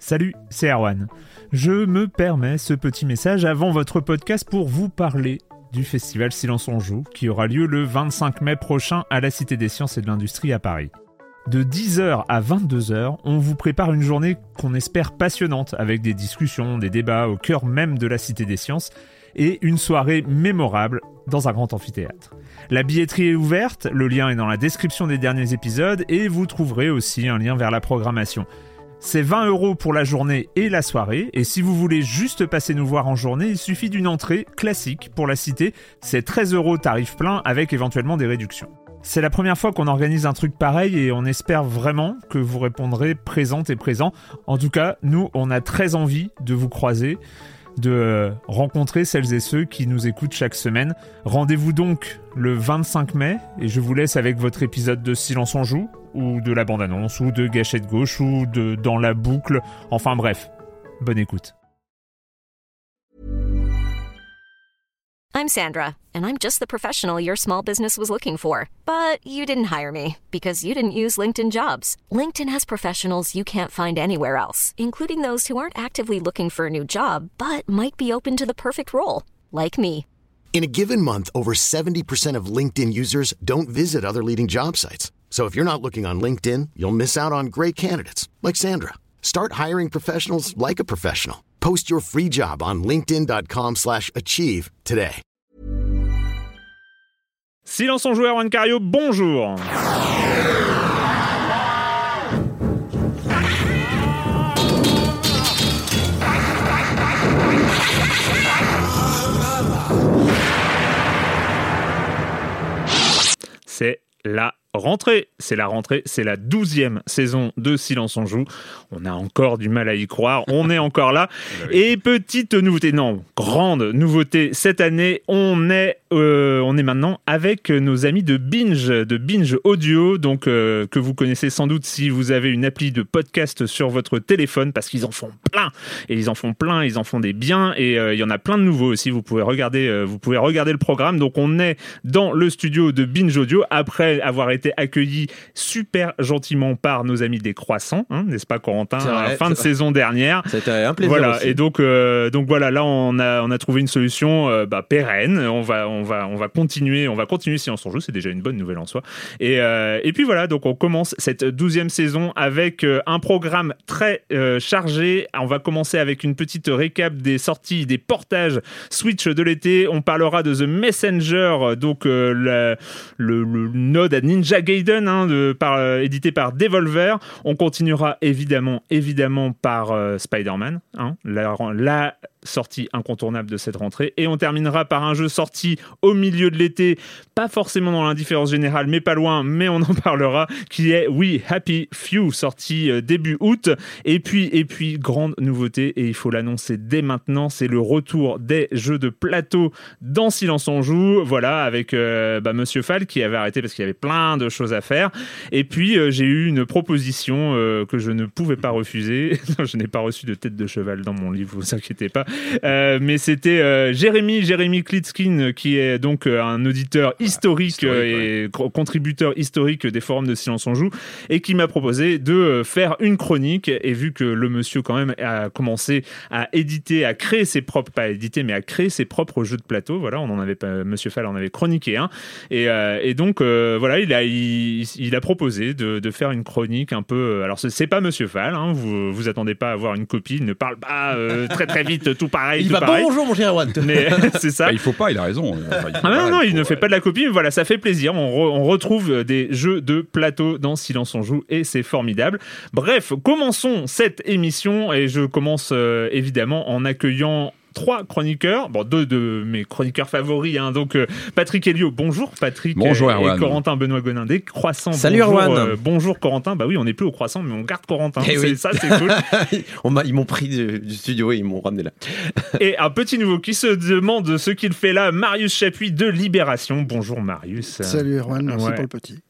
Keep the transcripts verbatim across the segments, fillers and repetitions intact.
Salut, c'est Erwan. Je me permets ce petit message avant votre podcast pour vous parler du festival Silence on Joue qui aura lieu le vingt-cinq mai prochain à la Cité des Sciences et de l'Industrie à Paris. De dix heures à vingt-deux heures, on vous prépare une journée qu'on espère passionnante avec des discussions, des débats au cœur même de la Cité des Sciences et une soirée mémorable dans un grand amphithéâtre. La billetterie est ouverte, le lien est dans la description des derniers épisodes et vous trouverez aussi un lien vers la programmation. C'est vingt euros pour la journée et la soirée, et si vous voulez juste passer nous voir en journée, il suffit d'une entrée classique pour la Cité, c'est treize euros tarif plein avec éventuellement des réductions. C'est la première fois qu'on organise un truc pareil et on espère vraiment que vous répondrez présente et présent. En tout cas, nous, on a très envie de vous croiser, de rencontrer celles et ceux qui nous écoutent chaque semaine. Rendez-vous donc le vingt-cinq mai et je vous laisse avec votre épisode de Silence on Joue, ou de la bande-annonce, ou de Gâchette Gauche, ou de Dans la boucle. Enfin bref, bonne écoute. I'm Sandra, and I'm just the professional your small business was looking for. But you didn't hire me, because you didn't use LinkedIn Jobs. LinkedIn has professionals you can't find anywhere else, including those who aren't actively looking for a new job, but might be open to the perfect role, like me. In a given month, over seventy percent of LinkedIn users don't visit other leading job sites. So if you're not looking on LinkedIn, you'll miss out on great candidates like Sandra. Start hiring professionals like a professional. Post your free job on linkedin.com slash achieve today. Silence on Joue, Erwan Cario, bonjour. C'est la rentrée, c'est la rentrée, c'est la douzième saison de Silence on Joue. On a encore du mal à y croire, on est encore là. Et petite nouveauté, non, grande nouveauté cette année, on est, euh, on est maintenant avec nos amis de Binge, de Binge Audio, donc euh, que vous connaissez sans doute si vous avez une appli de podcast sur votre téléphone, parce qu'ils en font plein, et ils en font plein, ils en font des biens, et euh, il y en a plein de nouveaux aussi. Vous pouvez regarder, euh, vous pouvez regarder le programme. Donc on est dans le studio de Binge Audio après avoir été accueillis super gentiment par nos amis des Croissants, hein, n'est-ce pas Corentin, vrai, à la fin de saison dernière. C'était un plaisir. Voilà, aussi. et donc euh, donc voilà, là on a on a trouvé une solution euh, bah, pérenne. On va on va on va continuer, on va continuer Silence on Joue, c'est déjà une bonne nouvelle en soi. Et euh, et puis voilà, donc on commence cette douzième saison avec euh, un programme très euh, chargé. On va commencer avec une petite récap des sorties, des portages Switch de l'été. On parlera de The Messenger, donc euh, la, le, le node à Ninja Gaiden, hein, de, par, euh, édité par Devolver. On continuera évidemment, évidemment par euh, Spider-Man, hein, la, la sortie incontournable de cette rentrée. Et on terminera par un jeu sorti au milieu de l'été, pas forcément dans l'indifférence générale, mais pas loin, mais on en parlera, qui est We Happy Few, sorti euh, début août. Et puis, et puis, grande nouveauté, et il faut l'annoncer dès maintenant, c'est le retour des jeux de plateau dans Silence on Joue. Voilà, avec euh, bah, Monsieur Fall qui avait arrêté parce qu'il y avait plein de choses à faire. Et puis, euh, j'ai eu une proposition euh, que je ne pouvais pas refuser. Je n'ai pas reçu de tête de cheval dans mon livre, vous inquiétez pas. Euh, mais c'était euh, Jérémy, Jérémy Klitskin, qui est donc euh, un auditeur historique, historique euh, et ouais. contributeur historique des forums de Silence on Joue, et qui m'a proposé de euh, faire une chronique. Et vu que le monsieur quand même a commencé à éditer, à créer ses propres, pas à éditer, mais à créer ses propres jeux de plateau, voilà, on en avait pas, Monsieur Fall en avait chroniqué un, et, euh, et donc euh, voilà, il a, il, il a proposé de, de faire une chronique un peu. Alors c'est, c'est pas Monsieur Fall, hein, vous vous attendez pas à avoir une copie, il ne parle pas euh, très très vite, tout pareil. Il tout va pareil. bonjour mon cher Erwan. Mais c'est ça. Bah, il faut pas, il a raison. Enfin, il Ah non, pas, non, il, il faut, ne fait ouais. pas de la copie, mais voilà, ça fait plaisir. On, re, on retrouve des jeux de plateau dans Silence on Joue et c'est formidable. Bref, commençons cette émission et je commence euh, évidemment en accueillant trois chroniqueurs, bon deux de mes chroniqueurs favoris, hein, donc euh, Patrick Helio, bonjour Patrick. Bonjour et, Erwan. Et Corentin Benoît Gonin des Croissants. Salut bonjour, Erwan. euh, bonjour Corentin, bah oui on n'est plus au Croissant mais on garde Corentin, Eh c'est, oui. ça c'est cool. On m'a, ils m'ont pris du, du studio et ils m'ont ramené là. Et un petit nouveau qui se demande ce qu'il fait là, Marius Chapuis de Libération. Bonjour Marius. Salut Erwan, merci Ouais. pour le petit.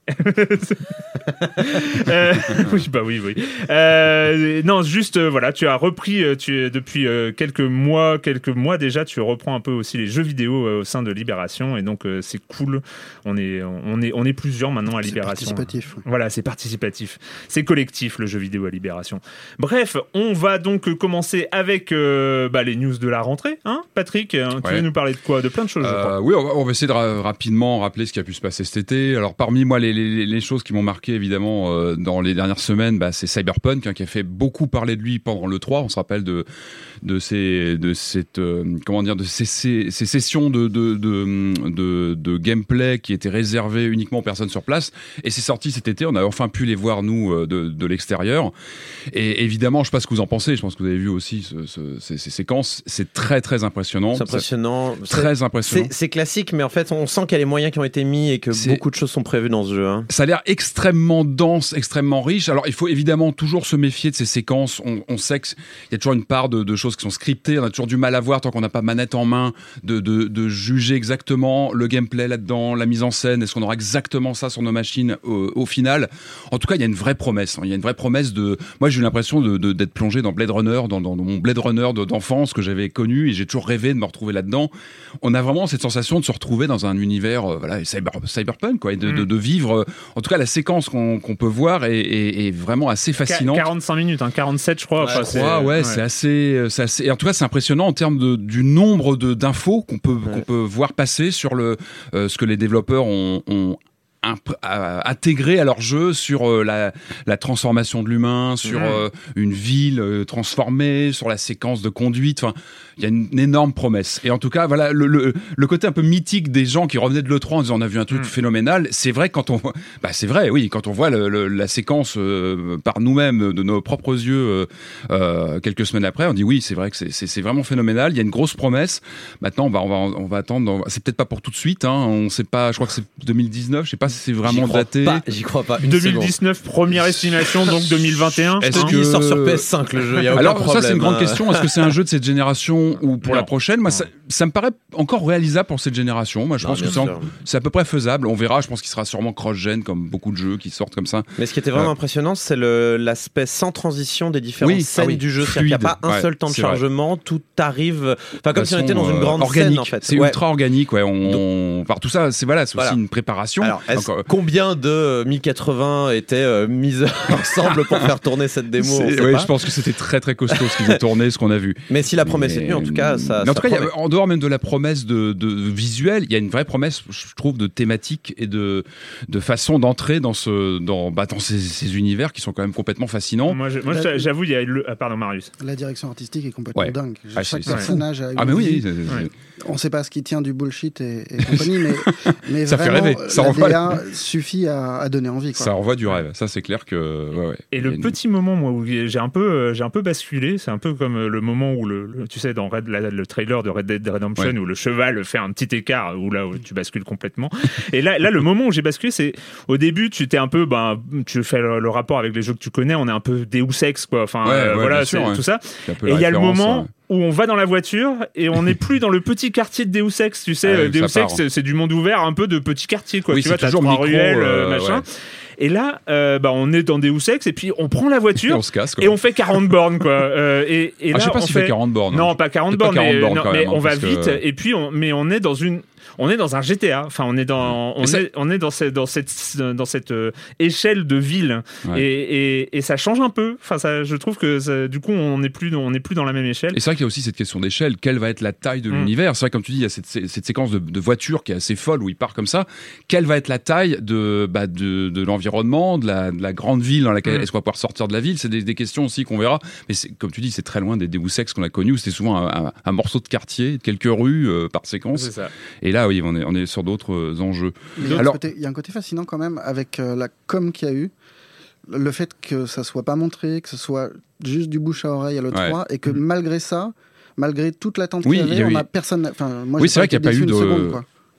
euh, oui, bah oui, oui. Euh, non, juste, euh, voilà, tu as repris, euh, tu, depuis euh, quelques mois, quelques mois déjà, tu reprends un peu aussi les jeux vidéo euh, au sein de Libération, et donc euh, c'est cool. On est, on est, on est plusieurs maintenant à Libération. C'est participatif. Voilà, c'est participatif, c'est collectif le jeu vidéo à Libération. Bref, on va donc commencer avec euh, bah, les news de la rentrée, hein, Patrick. Hein, tu ouais. veux nous parler de quoi? De plein de choses. Euh, je crois. oui, on va, on va essayer de ra- rapidement rappeler ce qui a pu se passer cet été. Alors parmi moi, les, les, les choses qui m'ont marqué évidemment euh, dans les dernières semaines, bah, c'est Cyberpunk hein, qui a fait beaucoup parler de lui pendant le trois. On se rappelle de de ces de cette euh, comment dire de ces, ces, ces sessions de de, de de de gameplay qui étaient réservées uniquement aux personnes sur place. Et c'est sorti cet été. On a enfin pu les voir nous de de l'extérieur. Et évidemment, je sais pas ce que vous en pensez. Je pense que vous avez vu aussi ce, ce, ces, ces séquences. C'est très très impressionnant. C'est impressionnant. C'est très impressionnant. C'est, c'est classique, mais en fait, on sent qu'il y a les moyens qui ont été mis et que c'est... beaucoup de choses sont prévues dans ce jeu. Hein. Ça a l'air extrêmement dense, extrêmement riche. Alors, il faut évidemment toujours se méfier de ces séquences. On, on sait qu'il y a toujours une part de, de choses qui sont scriptées. On a toujours du mal à voir tant qu'on n'a pas manette en main, de, de, de juger exactement le gameplay là-dedans, la mise en scène. Est-ce qu'on aura exactement ça sur nos machines au, au final? En tout cas, il y a une vraie promesse. Il y a une vraie promesse de... Moi, j'ai eu l'impression de, de, d'être plongé dans Blade Runner, dans, dans, dans mon Blade Runner d'enfance que j'avais connu, et j'ai toujours rêvé de me retrouver là-dedans. On a vraiment cette sensation de se retrouver dans un univers euh, voilà, cyber, cyberpunk, quoi, et de, mmh. de, de vivre... Euh, en tout cas, la séquence qu'on, qu'on peut voir est, est, est vraiment assez fascinante. quarante-cinq minutes, hein, quarante-sept je crois. Ouais, enfin, je crois, c'est, ouais, ouais. C'est, assez, c'est assez... Et en tout cas, c'est impressionnant en termes de, du nombre de, d'infos qu'on peut, ouais. qu'on peut voir passer sur le, euh, ce que les développeurs ont... ont Imp- à intégrer à leur jeu sur euh, la, la transformation de l'humain, sur mmh. euh, une ville euh, transformée, sur la séquence de conduite. Enfin, il y a une, une énorme promesse. Et en tout cas, voilà, le, le, le côté un peu mythique des gens qui revenaient de l'E trois en disant on a vu un truc mmh. phénoménal. C'est vrai quand on, bah c'est vrai, oui, quand on voit le, le, la séquence euh, par nous-mêmes de nos propres yeux euh, euh, quelques semaines après, on dit oui, c'est vrai que c'est, c'est, c'est vraiment phénoménal. Il y a une grosse promesse. Maintenant, on va, on va, on va attendre. C'est peut-être pas pour tout de suite. Hein, on sait pas. Je crois que c'est deux mille dix-neuf. Je sais pas. C'est vraiment j'y daté. Pas, j'y crois pas. deux mille dix-neuf, seconde. Première estimation, donc deux mille vingt et un. Est-ce qu'il sort sur P S cinq le jeu? Y a aucun Alors problème, ça c'est une grande hein. question. Est-ce que c'est un jeu de cette génération ou pour non. la prochaine? Moi ça, ça me paraît encore réalisable pour cette génération. Moi je non, pense que c'est, en, c'est à peu près faisable. On verra. Je pense qu'il sera sûrement cross-gen comme beaucoup de jeux qui sortent comme ça. Mais ce qui était vraiment euh, impressionnant, c'est le, l'aspect sans transition des différentes oui, scènes ah oui, du jeu. fluide. C'est-à-dire qu'il n'y a pas un ouais, seul temps de chargement. Vrai. Tout arrive. Enfin comme si on était dans une grande organique. scène en fait. C'est ouais. ultra organique. Ouais. On, on, par tout ça, c'est voilà, c'est voilà. aussi une préparation. Alors, Donc, euh, combien de mille quatre-vingts étaient euh, mises ensemble pour faire tourner cette démo? Oui, je pense que c'était très très costaud ce qu'ils ont tourné, ce qu'on a vu. Mais si la promesse mais, est tenue, en tout cas, ça. Mais en ça tout cas, y a, en dehors même de la promesse de, de visuel, il y a une vraie promesse, je trouve, de thématique et de de façon d'entrer dans ce dans bah, dans ces, ces univers qui sont quand même complètement fascinants. Moi, je, moi la, j'avoue, il y a le ah, pardon Marius. La direction artistique est complètement ouais. dingue. Ah, Chaque c'est, personnage c'est... a une ah mais oui. vie. C'est, c'est... Ouais. On ne sait pas ce qui tient du bullshit et, et compagnie, mais, mais ça vraiment, fait rêver. Ça la renvoie D A suffit à, à donner envie. Quoi. Ça renvoie du rêve. Ça, c'est clair que. Ouais, ouais. Et le petit moment, moi, où j'ai un peu, j'ai un peu basculé, c'est un peu comme le moment où le, le tu sais, dans Red, la, le trailer de Red Dead Redemption, ouais. où le cheval fait un petit écart, où là, où tu bascules complètement. Et là, là, le moment où j'ai basculé, c'est au début, tu t'es un peu, ben, tu fais le, le rapport avec les jeux que tu connais, on est un peu Deus Ex, quoi. Enfin, ouais, euh, ouais, voilà, sûr, c'est ouais. tout ça. C'est et il y a le moment. Ouais. Où on va dans la voiture et on n'est plus dans le petit quartier de Deus Ex, tu sais, ah, Deus Ex c'est, c'est du monde ouvert, un peu de petit quartier, quoi. Oui, tu vois, t'as trois ruelles, euh, machin. Ouais. Et là, euh, bah, on est dans Deus Ex et puis on prend la voiture et on se casse, quoi. Et on fait quarante bornes, quoi. Euh, et, et ah, là, je sais pas on si fait... fait quarante bornes. Non, pas quarante bornes, pas quarante mais, bornes, non, mais même, on va que... vite. Et puis, on, mais on est dans une. On est dans un G T A, enfin on est dans on est on est dans cette dans cette dans cette euh, échelle de ville ouais. et, et et ça change un peu. Enfin ça, je trouve que ça, du coup on n'est plus on n'est plus dans la même échelle. Et c'est vrai qu'il y a aussi cette question d'échelle. Quelle va être la taille de mmh. l'univers? C'est vrai comme tu dis, il y a cette, cette séquence de, de voiture qui est assez folle où il part comme ça. Quelle va être la taille de bah de, de l'environnement, de la, de la grande ville dans laquelle mmh. est-ce qu'on va pouvoir sortir de la ville? C'est des, des questions aussi qu'on verra. Mais c'est, comme tu dis, c'est très loin des Deus Ex qu'on a connus où c'était souvent un, un, un morceau de quartier, quelques rues euh, par séquence. C'est ça. Et là, oui, on est on est sur d'autres enjeux. Il y, Alors, côté, il y a un côté fascinant quand même avec euh, la com qu'il y a eu, le fait que ça soit pas montré, que ce soit juste du bouche à oreille à l'E trois, ouais. et que mmh. malgré ça, malgré toute l'attente oui, qu'il y avait, y a on eu... a personne. Enfin, moi, oui, j'ai c'est vrai qu'il n'y a pas eu de. Seconde, quoi.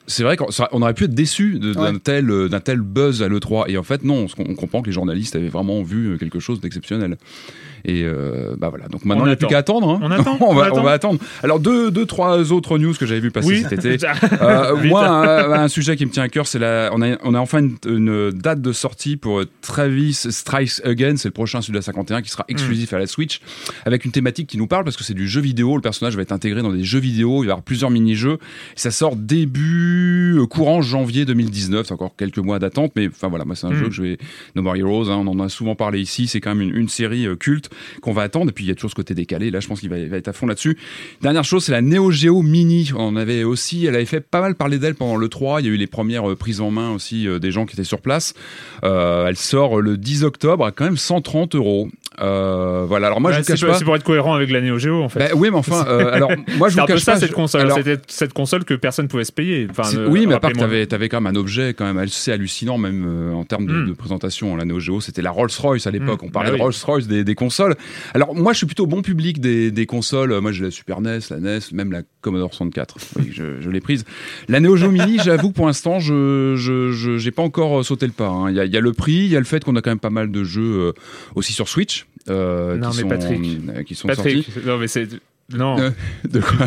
c'est vrai qu'on aurait pu être déçu de, d'un, Ouais. tel, d'un tel buzz à l'E trois. Et en fait, non, on, on comprend que les journalistes avaient vraiment vu quelque chose d'exceptionnel. Et euh, bah voilà. Donc maintenant, On il n'y a plus attend. qu'à attendre. Hein. On attend, on, on va, attend. on va attendre. Alors, deux, deux, trois autres news que j'avais vu passer Oui. cet été. Euh, Vite. moi, un, un sujet qui me tient à cœur, c'est la. On a, on a enfin une, une date de sortie pour Travis Strikes Again. C'est le prochain Suda cinquante et un qui sera exclusif Mm. à la Switch, avec une thématique qui nous parle parce que c'est du jeu vidéo. Le personnage va être intégré dans des jeux vidéo. Il va y avoir plusieurs mini-jeux. Et ça sort début euh, courant janvier deux mille dix-neuf. C'est encore quelques mois d'attente, mais enfin voilà, moi c'est un Mm. jeu que je vais. No More Heroes. Hein, on en a souvent parlé ici. C'est quand même une, une série euh, culte qu'on va attendre. Et puis il y a toujours ce côté décalé. Là, je pense qu'il va, il va être à fond là-dessus. Dernière chose, c'est la Neo Geo Mini. On avait aussi, elle avait fait pas mal parler d'elle pendant le trois. Il y a eu les premières euh, prises en main aussi euh, des gens qui étaient sur place. Euh, elle sort le dix octobre à quand même cent trente euros. Euh, voilà. Alors moi, Ouais, je vous c'est, cache pour, pas. c'est pour être cohérent avec la Neo Geo en fait. Bah, oui, mais enfin, euh, alors moi, je c'est vous un peu cache ça pas. cette je- console. alors, C'était cette console que personne pouvait se payer. Enfin, c'est- euh, oui, mais à part que rappelez-moi. t'avais, t'avais quand même un objet quand même assez hallucinant, même euh, en termes de, Mm. de présentation. La Neo Geo, c'était la Rolls-Royce à l'époque. Mm. On parlait Bah de oui. Rolls-Royce des, des consoles. Alors moi, je suis plutôt bon public des, des consoles. Moi, j'ai la Super N E S, la N E S, même la Commodore soixante-quatre. Oui, je, je l'ai prise. La Neo Geo Mini, j'avoue que pour l'instant, je, je, je j'ai pas encore euh, sauté le pas. hein. Il y, a, il y a le prix, il y a le fait qu'on a quand même pas mal de jeux euh, aussi sur Switch. Euh, Non, qui mais sont, Patrick. euh, qui sont Patrick, sortis. non mais c'est non, Euh, de quoi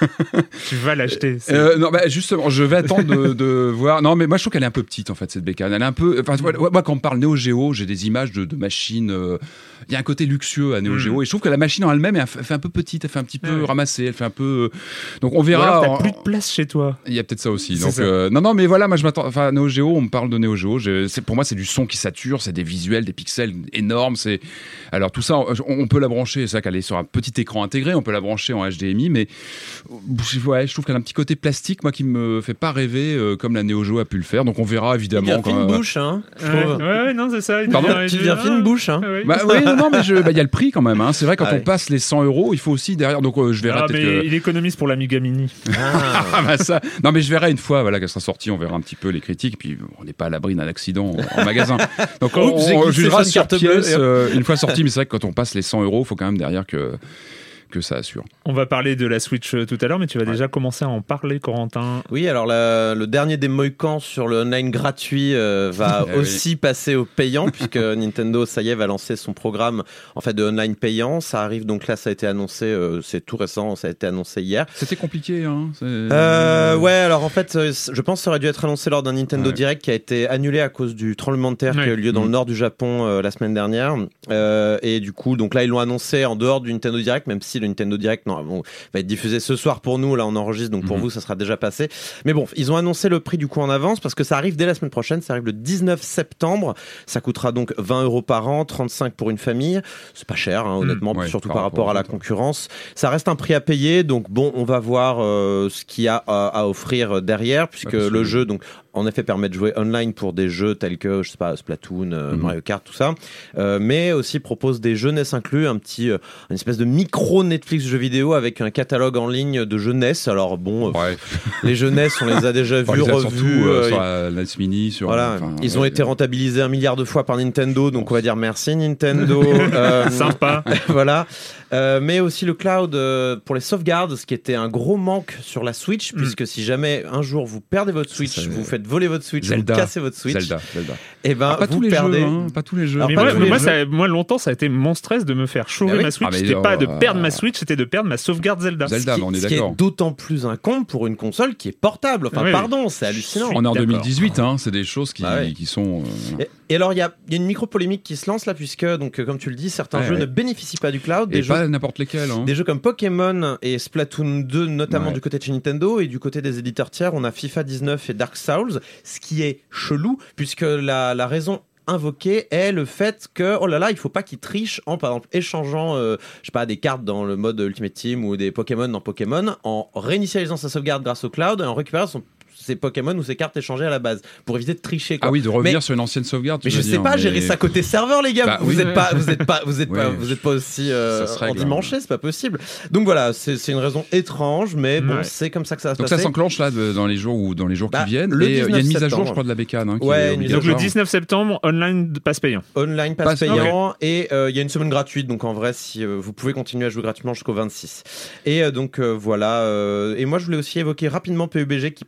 tu vas l'acheter. c'est- Euh, non, bah justement, je vais attendre de, de voir. Non, mais moi, je trouve qu'elle est un peu petite, en fait, cette bécane. Elle est un peu. Enfin, moi, moi, quand on me parle Neo Geo, j'ai des images de, de machines. euh, Il y a un côté luxueux à Neo Mm. Geo, et je trouve que la machine en elle-même, elle, fait un peu petite, elle fait un petit peu Ouais. ramassée, elle fait un peu. Donc, on Ou verra. alors t'as en- plus de place chez toi. Il y a peut-être ça aussi. C'est Donc, ça. euh, non, non, mais voilà, moi, je m'attends. Enfin, Neo Geo, on me parle de Neo Geo. Je- c'est, pour moi, c'est du son qui sature, c'est des visuels, des pixels énormes. C'est alors tout ça, on, on peut la brancher. C'est vrai qu'elle est sur un petit écran intégré. On peut la brancher en H D M I, mais ouais, je trouve qu'elle a un petit côté plastique, moi, qui me fait pas rêver euh, comme la Neo Geo a pu le faire. Donc, on verra Il évidemment. vient quand fine même. bouche, hein. je Ouais, trouve. ouais, ouais, non c'est ça. il Pardon, devient- Tu il deviens devient- fine bouche, hein. Ah, oui. Bah oui, non, non, mais je- bah, il y a le prix quand même. Hein. C'est vrai quand Ah on ouais. passe les cent euros, il faut aussi derrière. Donc, euh, je verrai Ah, peut-être mais que. il économise pour l'Amiga Mini. Ah. Ah bah ça. Non mais je verrai une fois voilà qu'elle sera sortie, on verra un petit peu les critiques, puis on n'est pas à l'abri d'un accident en, en magasin. Donc on, Oups, j'ai on glissé jugera sur sur une carte bleue, pièce et hop. euh, une fois sorti, mais c'est vrai que quand on passe les cent euros, il faut quand même derrière que que ça assure. On va parler de la Switch euh, tout à l'heure, mais tu vas déjà commencer à en parler, Corentin. Oui, alors la- le dernier des Mohicans sur le online gratuit euh, va Eh oui. aussi passer au payant, puisque Nintendo, ça y est, va lancer son programme en fait de online payant. Ça arrive donc là, ça a été annoncé, euh, c'est tout récent, ça a été annoncé hier. C'était compliqué, hein. c'est- Euh, ouais, alors en fait, euh, je pense que ça aurait dû être annoncé lors d'un Nintendo Ouais. Direct qui a été annulé à cause du tremblement de terre qui a eu Ouais. lieu dans Mmh. le nord du Japon euh, la semaine dernière. Euh, et du coup, donc là, ils l'ont annoncé en dehors du Nintendo Direct, même si le Nintendo Direct non, bon, va être diffusé ce soir pour nous. Là, on enregistre, donc pour Mmh. vous, ça sera déjà passé. Mais bon, ils ont annoncé le prix du coup en avance parce que ça arrive dès la semaine prochaine. Ça arrive le dix-neuf septembre. Ça coûtera donc vingt euros par an, trente-cinq pour une famille. C'est pas cher, hein, honnêtement, Mmh, ouais, surtout par par rapport rapport à la aux autres. concurrence. Ça reste un prix à payer, donc bon, on va voir euh, ce qu'il y a à, à offrir derrière, puisque Ouais, parce le que- jeu, donc, en effet, permet de jouer online pour des jeux tels que, je sais pas, Splatoon, euh, Mhm. Mario Kart, tout ça, euh, mais aussi propose des jeux N E S inclus, un petit, euh, une espèce de micro Netflix jeux vidéo avec un catalogue en ligne de jeux N E S. Alors bon, euh, Ouais. les jeux N E S, on les a déjà Enfin, vus, les a revus. surtout euh, euh, sur la N E S Mini, sur. voilà, enfin, ils ont ouais, été rentabilisés un milliard de fois par Nintendo, donc on va dire merci Nintendo. Euh, Sympa. voilà. Euh, mais aussi le cloud euh, pour les sauvegardes, ce qui était un gros manque sur la Switch, Mm. puisque si jamais un jour vous perdez votre Switch, Ça, ça, vous faites voler votre Switch, Zelda. vous cassez votre Switch, Zelda, Zelda. et ben Ah, pas vous tous les perdez. jeux, hein, pas tous les jeux. Alors, Mais pas moi, tous les moi, jeux. ça, moi, longtemps, ça a été mon stress de me faire chauffer Ah oui. ma Switch. Ah, mais C'était non, pas de euh, perdre ma Switch, c'était de perdre ma sauvegarde Zelda. Zelda, Ce qui, mais on est ce qui d'accord. est d'autant plus incombe pour une console qui est portable. Enfin, Oui, oui. pardon, c'est hallucinant. suis On est en d'accord. deux mille dix-huit, hein, c'est des choses qui, Bah ouais. qui sont. euh, Et, et alors, il y a, il y a une micro-polémique qui se lance là, puisque, donc, euh, comme tu le dis, certains Ouais, jeux ouais. ne bénéficient pas du cloud. Et Des jeux pas n'importe lesquels. Hein. Des jeux comme Pokémon et Splatoon deux, notamment Ouais. du côté de chez Nintendo, et du côté des éditeurs tiers, on a FIFA dix-neuf et Dark Souls, ce qui est chelou, puisque la, la raison invoquée est le fait que, oh là là, il faut pas qu'ils trichent en, par exemple, échangeant, euh, je sais pas, des cartes dans le mode Ultimate Team ou des Pokémon dans Pokémon, en réinitialisant sa sauvegarde grâce au cloud et en récupérant son ses Pokémon ou ses cartes échangées à la base pour éviter de tricher, quoi. Ah oui, de revenir Mais- sur une ancienne sauvegarde. tu Mais je veux sais dire, pas mais- gérer ça côté serveur, les gars. Bah vous oui. êtes pas, vous êtes pas, vous êtes pas, Ouais. vous êtes pas aussi euh, Ça se règle, endimanché, c'est pas possible. Donc voilà, c'est c'est une raison étrange, mais bon, Ouais. c'est comme ça que ça va se Donc ça passer. s'enclenche là de- dans les jours ou dans les jours Bah, qui viennent. le Et euh, il y a une dix-neuf mise à jour, septembre. je crois, de la bécane. Hein, qui Ouais, est une mise à Donc obligatoire. le dix-neuf septembre, online de passe payant. Online pass Passe- payant et euh, il y a une semaine gratuite, donc en vrai, si euh, vous pouvez continuer à jouer gratuitement jusqu'au vingt-six. Et euh, donc euh, voilà. euh, et moi, je voulais aussi évoquer rapidement P U B G qui passe pour la Ah oui,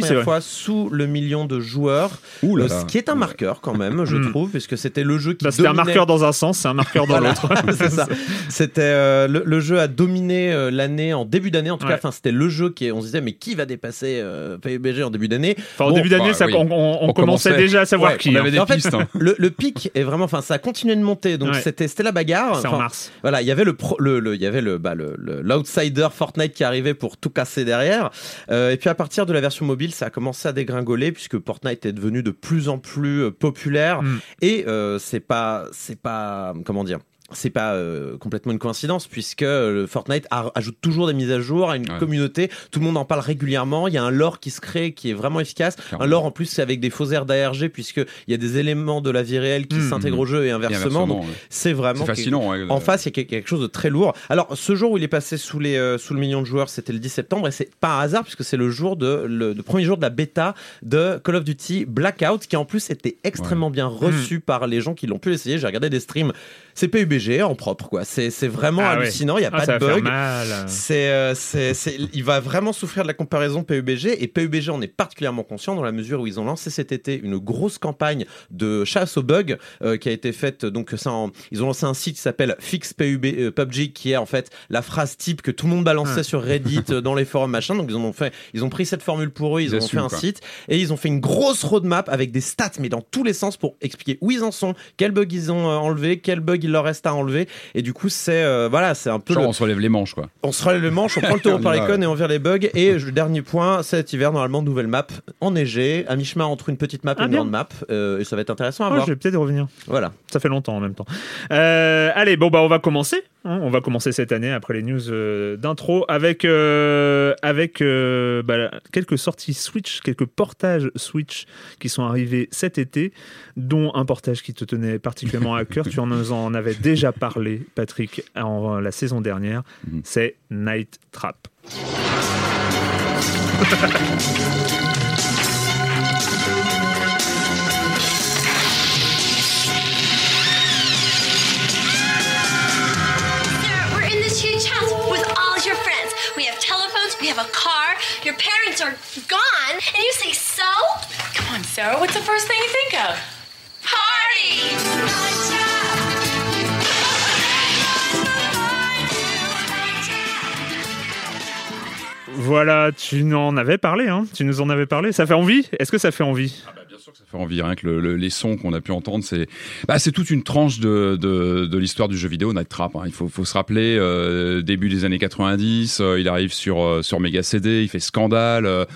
première fois sous le million de joueurs, Ouh là euh, là. ce qui est un marqueur quand même, je Mm. trouve, puisque c'était le jeu qui Bah, c'était dominait... un marqueur dans un sens, c'est un marqueur dans Voilà. l'autre. C'est ça. C'était euh, le, le jeu a dominé euh, l'année en début d'année en tout Ouais. cas. Enfin, c'était le jeu qui est, on se disait mais qui va dépasser euh, P U B G en début d'année. Enfin, au Bon, début d'année, bah, ça, oui. on, on- on On commençait commençait. déjà à savoir Ouais, qui. On hein. avait des En fait, pistes. hein. le, le pic est vraiment, enfin, ça a continué de monter. Donc Ouais. c'était, c'était la bagarre. C'est en Enfin, mars. Voilà, il y avait le, pro, le, le, il y avait le, bah, le, le- l'outsider Fortnite qui arrivait pour tout casser derrière. Euh, et puis à partir de la version mobile, ça a commencé à dégringoler puisque Fortnite est devenu de plus en plus euh, populaire. Mm. Et euh, c'est pas, c'est pas, comment dire. C'est pas euh, complètement une coïncidence puisque euh, Fortnite a- ajoute toujours des mises à jour à une Ouais. communauté. Tout le monde en parle régulièrement. Il y a un lore qui se crée qui est vraiment efficace. Clairement. Un lore en plus c'est avec des faux airs d'A R G puisque il y a des éléments de la vie réelle qui Mmh. s'intègrent au jeu et Et inversement. inversement, Donc ouais. c'est vraiment C'est fascinant. ouais. en face, il y a quelque chose de très lourd. Alors, ce jour où il est passé sous, les, euh, sous le million de joueurs, c'était le dix septembre, et c'est pas un hasard, puisque c'est le jour de, le, le premier jour de la bêta de Call of Duty Blackout, qui en plus était extrêmement bien reçu par les gens qui l'ont pu essayer. J'ai regardé des streams, c'est P U B G en propre, quoi. C'est, c'est vraiment Ah ouais. hallucinant, il n'y a Ah, pas ça de va faire bug. mal. C'est, euh, c'est, c'est, il va vraiment souffrir de la comparaison P U B G, et P U B G en est particulièrement conscient dans la mesure où ils ont lancé cet été une grosse campagne de chasse aux bugs euh, qui a été faite. Donc ça, en- ils ont lancé un site qui s'appelle Fix P U B, euh, P U B G, qui est en fait la phrase type que tout le monde balançait Ouais. sur Reddit, euh, dans les forums machin. Donc ils en ont fait, ils ont pris cette formule pour eux, ils, Ils en ont assument, fait un quoi. site et ils ont fait une grosse roadmap avec des stats mais dans tous les sens pour expliquer où ils en sont, quels bugs ils ont euh, enlevé, quels bugs il leur reste à enlever. Et du coup c'est euh, voilà, c'est un peu Genre, le- on se relève les manches, quoi. on se relève le manche, on prend le taureau On y par les va, cônes ouais. et on vire les bugs. Et je- le dernier point, cet hiver, normalement, nouvelle map enneigée, à mi-chemin entre une petite map et Ah, une bien. grande map. Euh, et ça va être intéressant à Oh, voir. je vais peut-être y revenir. Voilà. Ça fait longtemps en même temps. Euh, allez, bon bah on va commencer. hein. On va commencer cette année après les news euh, d'intro avec euh, avec euh, bah, quelques sorties Switch, quelques portages Switch qui sont arrivés cet été, dont un portage qui te tenait particulièrement à cœur. Tu en nous en avais déjà parlé, Patrick, en la saison dernière. Mhm. C'est Night Trap. Sarah, we're in this huge house with all your friends. We have telephones, we have a car, your parents are gone, and you say so? Come on, Sarah, what's the first thing you think of? Party! Voilà, tu en avais parlé, hein. Tu nous en avais parlé. Ça fait envie? Est-ce que ça fait envie? Ah bah, bien sûr que ça fait envie, rien que le- le- les sons qu'on a pu entendre, c'est bah, c'est toute une tranche de, de, de l'histoire du jeu vidéo, Night Trap. Hein. Il faut, faut se rappeler, euh, début des années quatre-vingt-dix, euh, il arrive sur, euh, sur Mega C D, il fait scandale. Euh,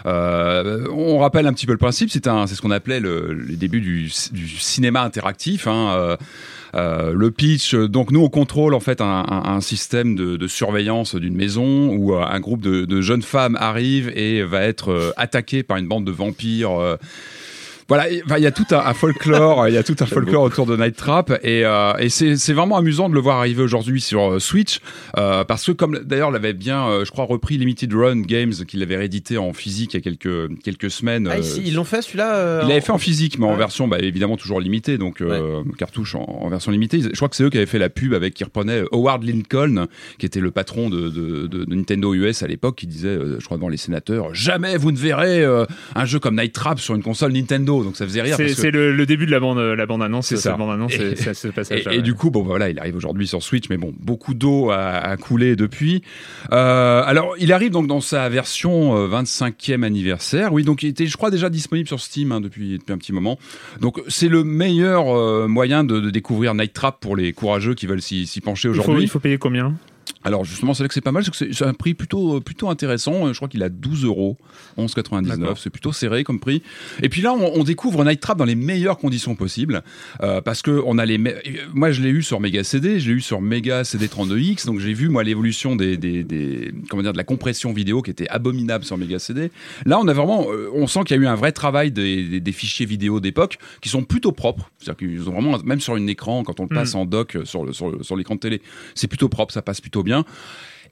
euh, on rappelle un petit peu le principe, c'est, un, c'est ce qu'on appelait le, les débuts du, du cinéma interactif. Hein, euh, Euh, le pitch, donc nous on contrôle en fait un, un, un système de, de surveillance d'une maison où euh, un groupe de, de jeunes femmes arrive et va être euh, attaqué par une bande de vampires. Euh, Voilà, il y a tout un, un folklore, il y a tout un folklore autour de Night Trap et, euh, et c'est, c'est vraiment amusant de le voir arriver aujourd'hui sur euh, Switch euh, parce que comme d'ailleurs l'avait bien, euh, je crois, repris Limited Run Games qu'il avait réédité en physique il y a quelques quelques semaines. Ah, euh, ici, ils l'ont fait celui-là euh, il l'avait fait en physique, mais en Ouais. version bah, évidemment toujours limitée, donc euh, cartouche en, en version limitée. Je crois que c'est eux qui avaient fait la pub avec qui reprenaient Howard Lincoln, qui était le patron de, de, de, de Nintendo U S à l'époque, qui disait, euh, je crois devant les sénateurs, jamais vous ne verrez euh, un jeu comme Night Trap sur une console Nintendo. Donc ça faisait rire. C'est, parce que- c'est le, le début de la bande, la bande annonce. C'est ça. La bande annonce, Et- c'est, c'est ce passage. Et, et du coup, bon, voilà, il arrive aujourd'hui sur Switch, mais bon, beaucoup d'eau a, a coulé depuis. Euh, alors, il arrive donc dans sa version euh, vingt-cinquième anniversaire. Oui, donc il était, je crois, déjà disponible sur Steam hein, depuis, depuis un petit moment. Donc, c'est le meilleur euh, moyen de, de découvrir Night Trap pour les courageux qui veulent s'y, s'y pencher il faut, aujourd'hui. il faut payer combien? Alors justement, c'est là que c'est pas mal, c'est que c'est, c'est un prix plutôt plutôt intéressant. Je crois qu'il a douze euros, onze quatre-vingt-dix-neuf. D'accord. C'est plutôt serré comme prix. Et puis là, on, on découvre Night Trap dans les meilleures conditions possibles, euh, parce que on a les. me- Moi, je l'ai eu sur Mega C D, je l'ai eu sur Mega C D trente-deux X, donc j'ai vu moi l'évolution des, des, des comment dire de la compression vidéo qui était abominable sur Mega C D. Là, on a vraiment, euh, on sent qu'il y a eu un vrai travail des, des, des fichiers vidéo d'époque qui sont plutôt propres. C'est-à-dire qu'ils ont vraiment, même sur un écran, quand on le passe en dock sur, le, sur, le, sur l'écran de télé, c'est plutôt propre, ça passe plutôt bien.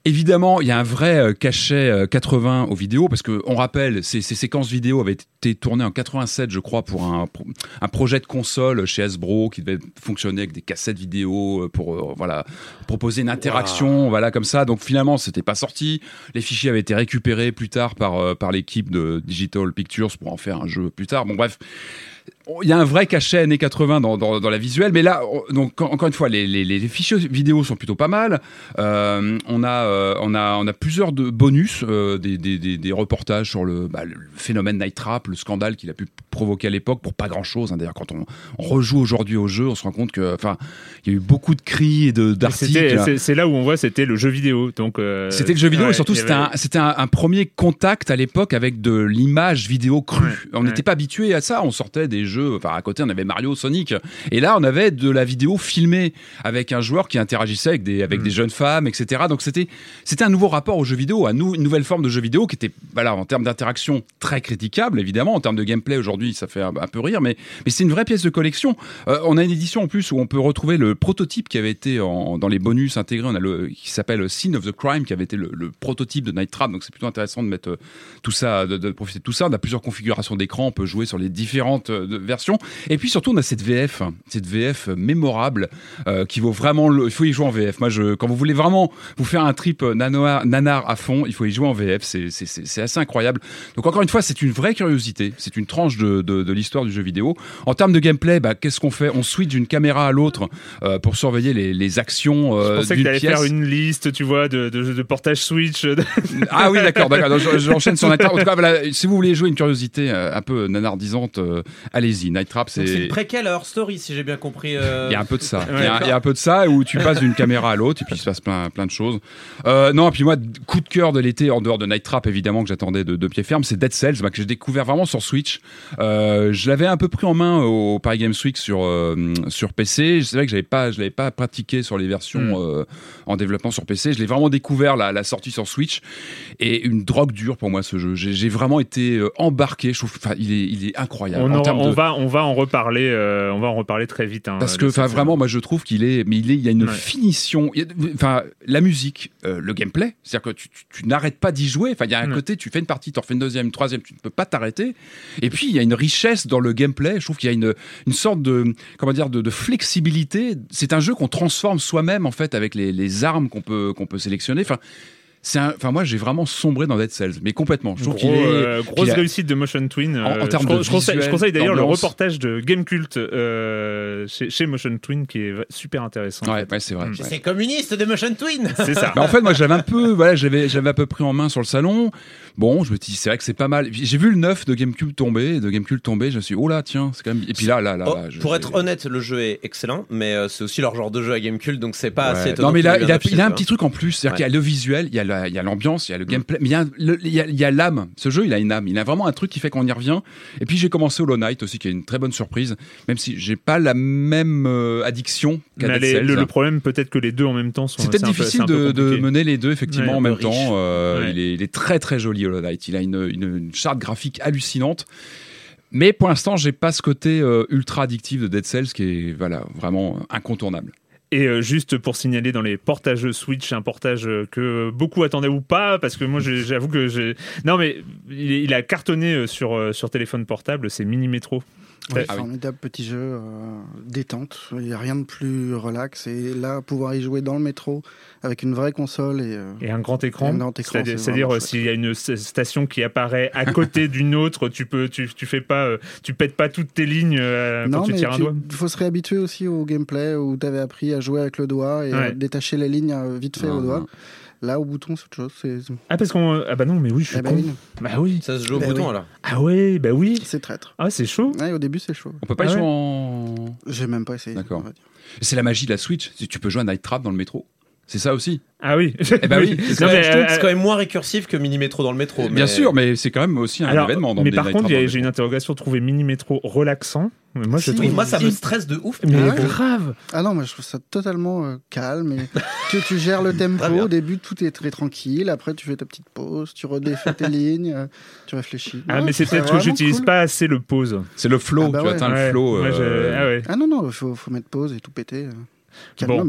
Évidemment, il y a un vrai euh, cachet euh, quatre-vingts aux vidéos, parce qu'on rappelle, ces, ces séquences vidéo avaient été tournées en quatre-vingt-sept, je crois, pour un, un projet de console chez Hasbro qui devait fonctionner avec des cassettes vidéo pour euh, voilà, proposer une interaction, wow. voilà, comme ça. Donc finalement, c'était pas sorti. Les fichiers avaient été récupérés plus tard par, euh, par l'équipe de Digital Pictures pour en faire un jeu plus tard. Bon, bref. Il y a un vrai cachet années quatre-vingts dans, dans, dans la visuelle, mais là, donc encore une fois, les, les, les fichiers vidéo sont plutôt pas mal. Euh, on a, euh, on a, on a plusieurs de bonus, euh, des, des, des, des reportages sur le, bah, le phénomène Night Trap, le scandale qu'il a pu provoquer à l'époque pour pas grand chose. Hein. D'ailleurs, quand on, on rejoue aujourd'hui au jeu, on se rend compte que, enfin, il y a eu beaucoup de cris et de d'articles. C'est, c'est là où on voit, c'était le jeu vidéo. Donc euh, c'était le jeu vidéo, ouais, et surtout avait... c'était, un, c'était un, un premier contact à l'époque avec de l'image vidéo crue. Ouais, on n'était ouais. pas habitué à ça. On sortait des jeux. Enfin, à côté, on avait Mario, Sonic, et là, on avait de la vidéo filmée avec un joueur qui interagissait avec des avec mmh. des jeunes femmes, et cetera. Donc c'était c'était un nouveau rapport au jeu vidéo, à nou, une nouvelle forme de jeu vidéo qui était, voilà, en termes d'interaction très critiquable, évidemment. En termes de gameplay, aujourd'hui, ça fait un, un peu rire, mais mais c'est une vraie pièce de collection. Euh, on a une édition en plus où on peut retrouver le prototype qui avait été en, dans les bonus intégrés. On a le qui s'appelle Scene of the Crime, qui avait été le, le prototype de Night Trap. Donc c'est plutôt intéressant de mettre tout ça, de, de profiter de tout ça. On a plusieurs configurations d'écran, on peut jouer sur les différentes euh, versions. Et puis surtout, on a cette V F, cette V F mémorable euh, qui vaut vraiment le... Il faut y jouer en V F. Moi, je... quand vous voulez vraiment vous faire un trip nanar, nanar à fond, il faut y jouer en V F. C'est, c'est, c'est, c'est assez incroyable. Donc encore une fois, c'est une vraie curiosité. C'est une tranche de, de, de l'histoire du jeu vidéo. En termes de gameplay, bah, qu'est-ce qu'on fait ? On switch d'une caméra à l'autre euh, pour surveiller les, les actions euh, je pensais d'une que t'allais pièce. faire une liste, tu vois, de, de, de portage Switch. Ah oui, d'accord, d'accord. Donc, je, j'enchaîne sur Night Trap. En tout cas, voilà, si vous voulez jouer une curiosité euh, un peu nanardisante, euh, allez-y. Night Trap, c'est... Donc c'est une préquelle à Her Story, si j'ai bien compris. Euh... Il y a un peu de ça. Ouais, il, y a, il y a un peu de ça où tu passes d'une caméra à l'autre et puis il se passe plein, plein de choses. Euh, non, et puis moi, coup de cœur de l'été, en dehors de Night Trap, évidemment, que j'attendais de, de pied ferme, c'est Dead Cells, bah, que j'ai découvert vraiment sur Switch. Euh, je l'avais un peu pris en main au Paris Games Week sur, euh, sur P C. C'est vrai que j'avais pas, je l'avais pas pratiqué sur les versions mm. euh, en développement sur P C. Je l'ai vraiment découvert la, la sortie sur Switch. Et une drogue dure pour moi, ce jeu. J'ai, j'ai vraiment été embarqué. Je trouve, enfin, il est, il est incroyable. On, en aura, on de... va, on va en reparler. Euh, on va en reparler très vite. Hein, Parce que, enfin, vraiment, moi, je trouve qu'il est, mais il est, il y a une ouais. finition. Enfin, la musique, euh, le gameplay, c'est-à-dire que tu, tu, tu n'arrêtes pas d'y jouer. Enfin, il y a un ouais. côté, tu fais une partie, tu en fais une deuxième, une troisième, tu ne peux pas t'arrêter. Et puis, il y a une richesse dans le gameplay. Je trouve qu'il y a une, une sorte de, comment dire, de, de flexibilité. C'est un jeu qu'on transforme soi-même, en fait, avec les, les armes qu'on peut, qu'on peut sélectionner. Enfin. C'est un... Enfin, moi, j'ai vraiment sombré dans Dead Cells, mais complètement. Je trouve Gros, qu'il est euh, grosse qu'il a... réussite de Motion Twin. En, en termes je, de je, conseille, je conseille d'ailleurs d'ambiance. le reportage de Gamecult euh, chez, chez Motion Twin qui est super intéressant. Ouais, ouais c'est vrai. Mmh. Ouais. C'est communiste de Motion Twin. C'est ça. Mais en fait, moi, j'avais un peu, voilà, j'avais, j'avais à peu près en main sur le salon. Bon, je me dis, c'est vrai que c'est pas mal. J'ai vu le neuf de Gamecube tomber, de Gamecube tomber. Je me suis dit, oh là, tiens, c'est quand même. Et puis là, là, là. Oh, là je, pour j'ai... être honnête, le jeu est excellent, mais euh, c'est aussi leur genre de jeu à Gamecube, donc c'est pas ouais. assez étonnant. Non, mais là, il a, il a un hein. petit truc en plus, c'est-à-dire ouais. qu'il y a le visuel, il y a, la, il y a l'ambiance, il y a le gameplay, mais il y a, le, il, y a, il y a l'âme. Ce jeu, il a une âme. Il a vraiment un truc qui fait qu'on y revient. Et puis j'ai commencé Hollow Knight aussi, qui est une très bonne surprise, même si j'ai pas la même euh, addiction qu'à Dead Cells. Le, le problème, peut-être que les deux en même temps sont. C'est peut-être difficile un peu, de, de mener les deux effectivement ouais, en même riche. temps. Euh, ouais. il, est, il est très très joli Hollow Knight. Il a une, une, une charte graphique hallucinante. Mais pour l'instant, j'ai pas ce côté euh, ultra addictif de Dead Cells qui est voilà, vraiment incontournable. Et euh, juste pour signaler dans les portages Switch, un portage que beaucoup attendaient ou pas, parce que moi j'ai, j'avoue que j'ai... Non mais il, il a cartonné sur, sur téléphone portable, c'est Mini Metro. Oui, ah formidable oui. petit jeu, euh, détente, il n'y a rien de plus relax. Et là, pouvoir y jouer dans le métro avec une vraie console et, euh, et un grand écran. Un grand écran c'est-à-dire, c'est c'est-à-dire s'il y a une station qui apparaît à côté d'une autre, tu peux, tu, tu fais pas, euh, tu pètes pas toutes tes lignes euh, non, quand tu tires un doigt. Il faut se réhabituer aussi au gameplay où tu avais appris à jouer avec le doigt et ouais. détacher les lignes vite fait ah, au doigt. Non. Là, au bouton, c'est autre chose. C'est... Ah, parce qu'on. Ah, bah non, mais oui, je suis eh con. Bah oui. bah oui. Ça se joue au bah bouton, oui. alors. Ah, ouais, bah oui. C'est traître. Ah, c'est chaud. Ouais, au début, c'est chaud. On peut pas ah y ouais. jouer en. J'ai même pas essayé. D'accord. C'est la magie de la Switch. Tu peux jouer à Night Trap dans le métro. C'est ça aussi. Ah oui. Eh ben oui. C'est, non, mais, je trouve euh, que c'est quand même moins récursif que Mini Métro dans le métro. Bien mais... sûr, mais c'est quand même aussi un Alors, événement. Dans mais des par Night contre, Trap a, j'ai une interrogation. Trouver Mini Métro relaxant. Mais moi, je si, trouve... moi, ça me stresse de ouf. Mais ah, grave. Ah non, moi, je trouve ça totalement euh, calme. Et tu, tu gères le tempo. Au début, tout est très tranquille. Après, tu fais ta petite pause, tu redéfais tes lignes, euh, tu réfléchis. Ah, non, mais c'est peut-être que j'utilise cool. pas assez le pause. C'est le flow. Ah bah tu ouais. atteins ouais. le flow. Moi, euh... ah, ouais. ah non, non, il faut, faut mettre pause et tout péter. Euh, calmement. Bon.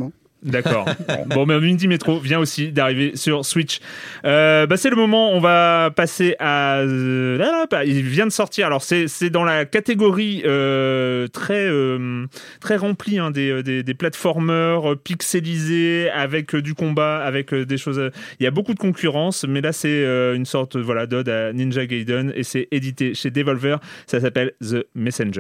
D'accord. Bon, mais Mini Metro vient aussi d'arriver sur Switch. Euh, bah, c'est le moment, on va passer à... Euh, là, là, il vient de sortir, alors c'est, c'est dans la catégorie euh, très, euh, très remplie, hein, des, des, des platformers pixelisés, avec euh, du combat, avec euh, des choses... Euh, il y a beaucoup de concurrence, mais là c'est euh, une sorte voilà, d'ode à Ninja Gaiden, et c'est édité chez Devolver, ça s'appelle The Messenger.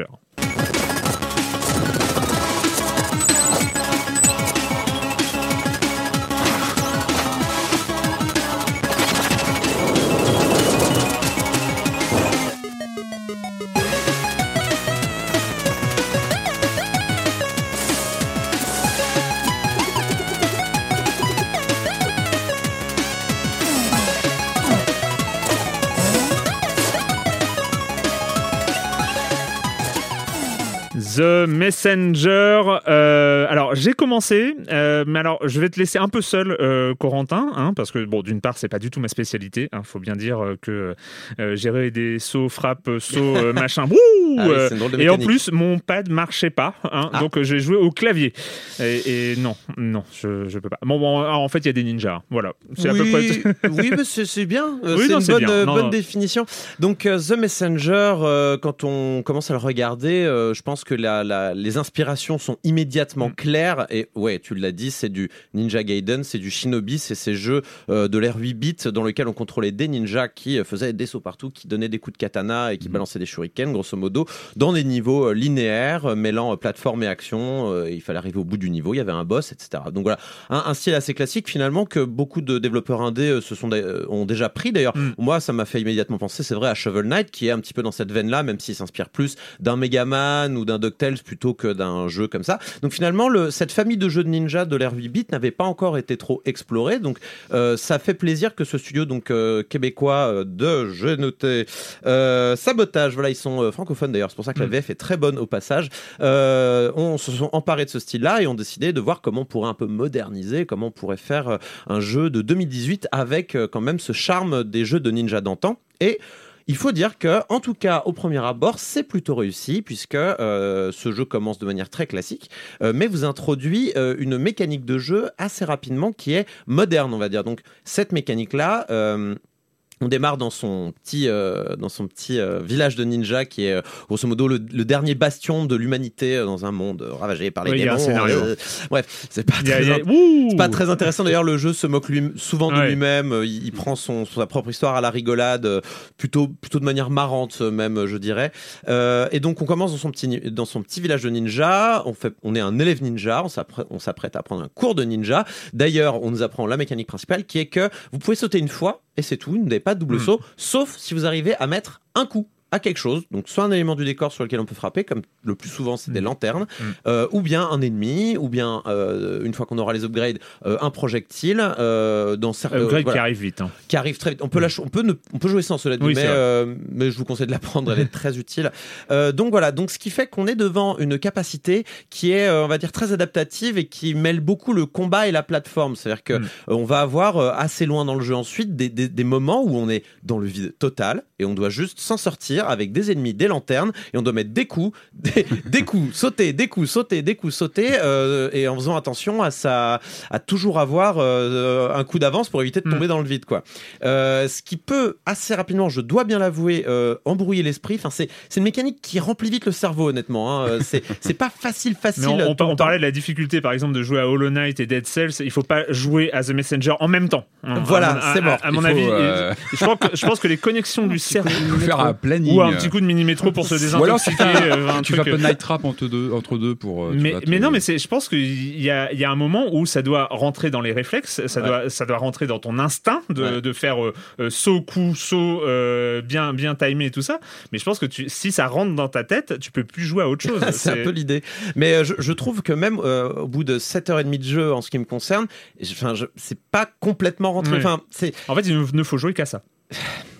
The Messenger. Euh, alors, j'ai commencé, euh, mais alors, je vais te laisser un peu seul, euh, Corentin, hein, parce que, bon, d'une part, c'est pas du tout ma spécialité. Il hein, faut bien dire que euh, gérer des sauts, frappes, sauts, euh, machin, wouh, ah oui, euh, et en plus, mon pad marchait pas, hein, ah. donc j'ai joué au clavier. Et, et non, non, je, je peux pas. Bon, bon alors, en fait, il y a des ninjas. Voilà. C'est oui, à peu près. oui, mais c'est, c'est bien. Oui, c'est non, une c'est bonne, bien. Non, bonne non. définition. Donc, euh, The Messenger, euh, quand on commence à le regarder, euh, je pense que la, la, les inspirations sont immédiatement claires. Et ouais, tu l'as dit, c'est du Ninja Gaiden, c'est du Shinobi, c'est ces jeux euh, de l'ère huit bits dans lesquels on contrôlait des ninjas qui euh, faisaient des sauts partout, qui donnaient des coups de katana et qui mmh. balançaient des shurikens, grosso modo, dans des niveaux euh, linéaires, euh, mêlant euh, plateforme et action. Euh, il fallait arriver au bout du niveau, il y avait un boss, et cetera. Donc voilà, un, un style assez classique finalement que beaucoup de développeurs indés euh, se sont dé- euh, ont déjà pris. D'ailleurs, mmh. moi, ça m'a fait immédiatement penser, c'est vrai, à Shovel Knight, qui est un petit peu dans cette veine-là, même s'il s'inspire plus d'un Megaman ou d'un DuckTales plutôt que d'un jeu comme ça. Donc finalement, le, cette famille de jeux de ninja de l'ère huit bits n'avait pas encore été trop explorée. Donc euh, ça fait plaisir que ce studio donc euh, québécois euh, de, j'ai noté, euh, Sabotage, voilà, ils sont euh, francophones d'ailleurs, c'est pour ça que la V F est très bonne au passage, euh, on se sont emparés de ce style-là et ont décidé de voir comment on pourrait un peu moderniser, comment on pourrait faire euh, un jeu de deux mille dix-huit avec euh, quand même ce charme des jeux de ninja d'antan. Et il faut dire que, en tout cas, au premier abord, c'est plutôt réussi puisque euh, ce jeu commence de manière très classique, euh, mais vous introduit euh, une mécanique de jeu assez rapidement qui est moderne, on va dire. Donc, cette mécanique-là. Euh, On démarre dans son petit, euh, dans son petit euh, village de ninja qui est euh, grosso modo le, le dernier bastion de l'humanité euh, dans un monde euh, ravagé par les oui, démons. Il y a un scénario. Euh, bref, c'est pas, il y a, très, il y a... in... c'est pas très intéressant. D'ailleurs, le jeu se moque lui, souvent de ouais. lui-même. Il, il prend son, sa propre histoire à la rigolade, euh, plutôt, plutôt de manière marrante même, je dirais. Euh, et donc, on commence dans son petit, dans son petit village de ninja. On, fait, on est un élève ninja. On s'apprête, on s'apprête à prendre un cours de ninja. D'ailleurs, on nous apprend la mécanique principale qui est que vous pouvez sauter une fois et c'est tout. Vous n'avez pas de double mmh. saut. Sauf si vous arrivez à mettre un coup à quelque chose, donc soit un élément du décor sur lequel on peut frapper, comme le plus souvent c'est des lanternes, mmh. euh, ou bien un ennemi, ou bien euh, une fois qu'on aura les upgrades, euh, un projectile. Euh, dans certains upgrade voilà, qui arrive vite. Hein. Qui arrive très vite. On peut, mmh. la, on peut, ne, on peut jouer sans cela, oui, mais, euh, mais je vous conseille de la prendre, elle est très utile. Euh, donc voilà, donc ce qui fait qu'on est devant une capacité qui est, euh, on va dire, très adaptative et qui mêle beaucoup le combat et la plateforme. C'est-à-dire que mmh. euh, on va avoir euh, assez loin dans le jeu ensuite des, des, des moments où on est dans le vide total et on doit juste s'en sortir avec des ennemis, des lanternes, et on doit mettre des coups, des, des coups, sauter, des coups, sauter, des coups, sauter, euh, et en faisant attention à, sa, à toujours avoir euh, un coup d'avance pour éviter de tomber mmh. dans le vide, quoi. Euh, ce qui peut assez rapidement, je dois bien l'avouer, euh, embrouiller l'esprit. Enfin, c'est, c'est une mécanique qui remplit vite le cerveau, honnêtement. Hein. C'est, c'est pas facile, facile. Mais on, on, on parlait de la difficulté, par exemple, de jouer à Hollow Knight et Dead Cells. Il faut pas jouer à The Messenger en même temps. Hein. Voilà, à, c'est mort. À, à, à mon faut, avis, euh... je, pense que, je pense que les connexions du cerveau, faire un planning, ou un petit coup de mini métro pour se désintoxiquer. Euh, un tu truc... fais un peu night trap entre deux, entre deux pour. Mais, te... mais non, mais c'est, je pense qu'il y a, il y a un moment où ça doit rentrer dans les réflexes, ça ouais. doit, ça doit rentrer dans ton instinct de, ouais. de faire euh, euh, saut, coup, saut, euh, bien, bien timé et tout ça. Mais je pense que tu, si ça rentre dans ta tête, tu peux plus jouer à autre chose. c'est, c'est un peu l'idée. Mais euh, je, je trouve que même euh, au bout de sept heures trente de jeu, en ce qui me concerne, enfin, je, c'est pas complètement rentré. Ouais. Enfin, c'est... En fait, il ne faut jouer qu'à ça.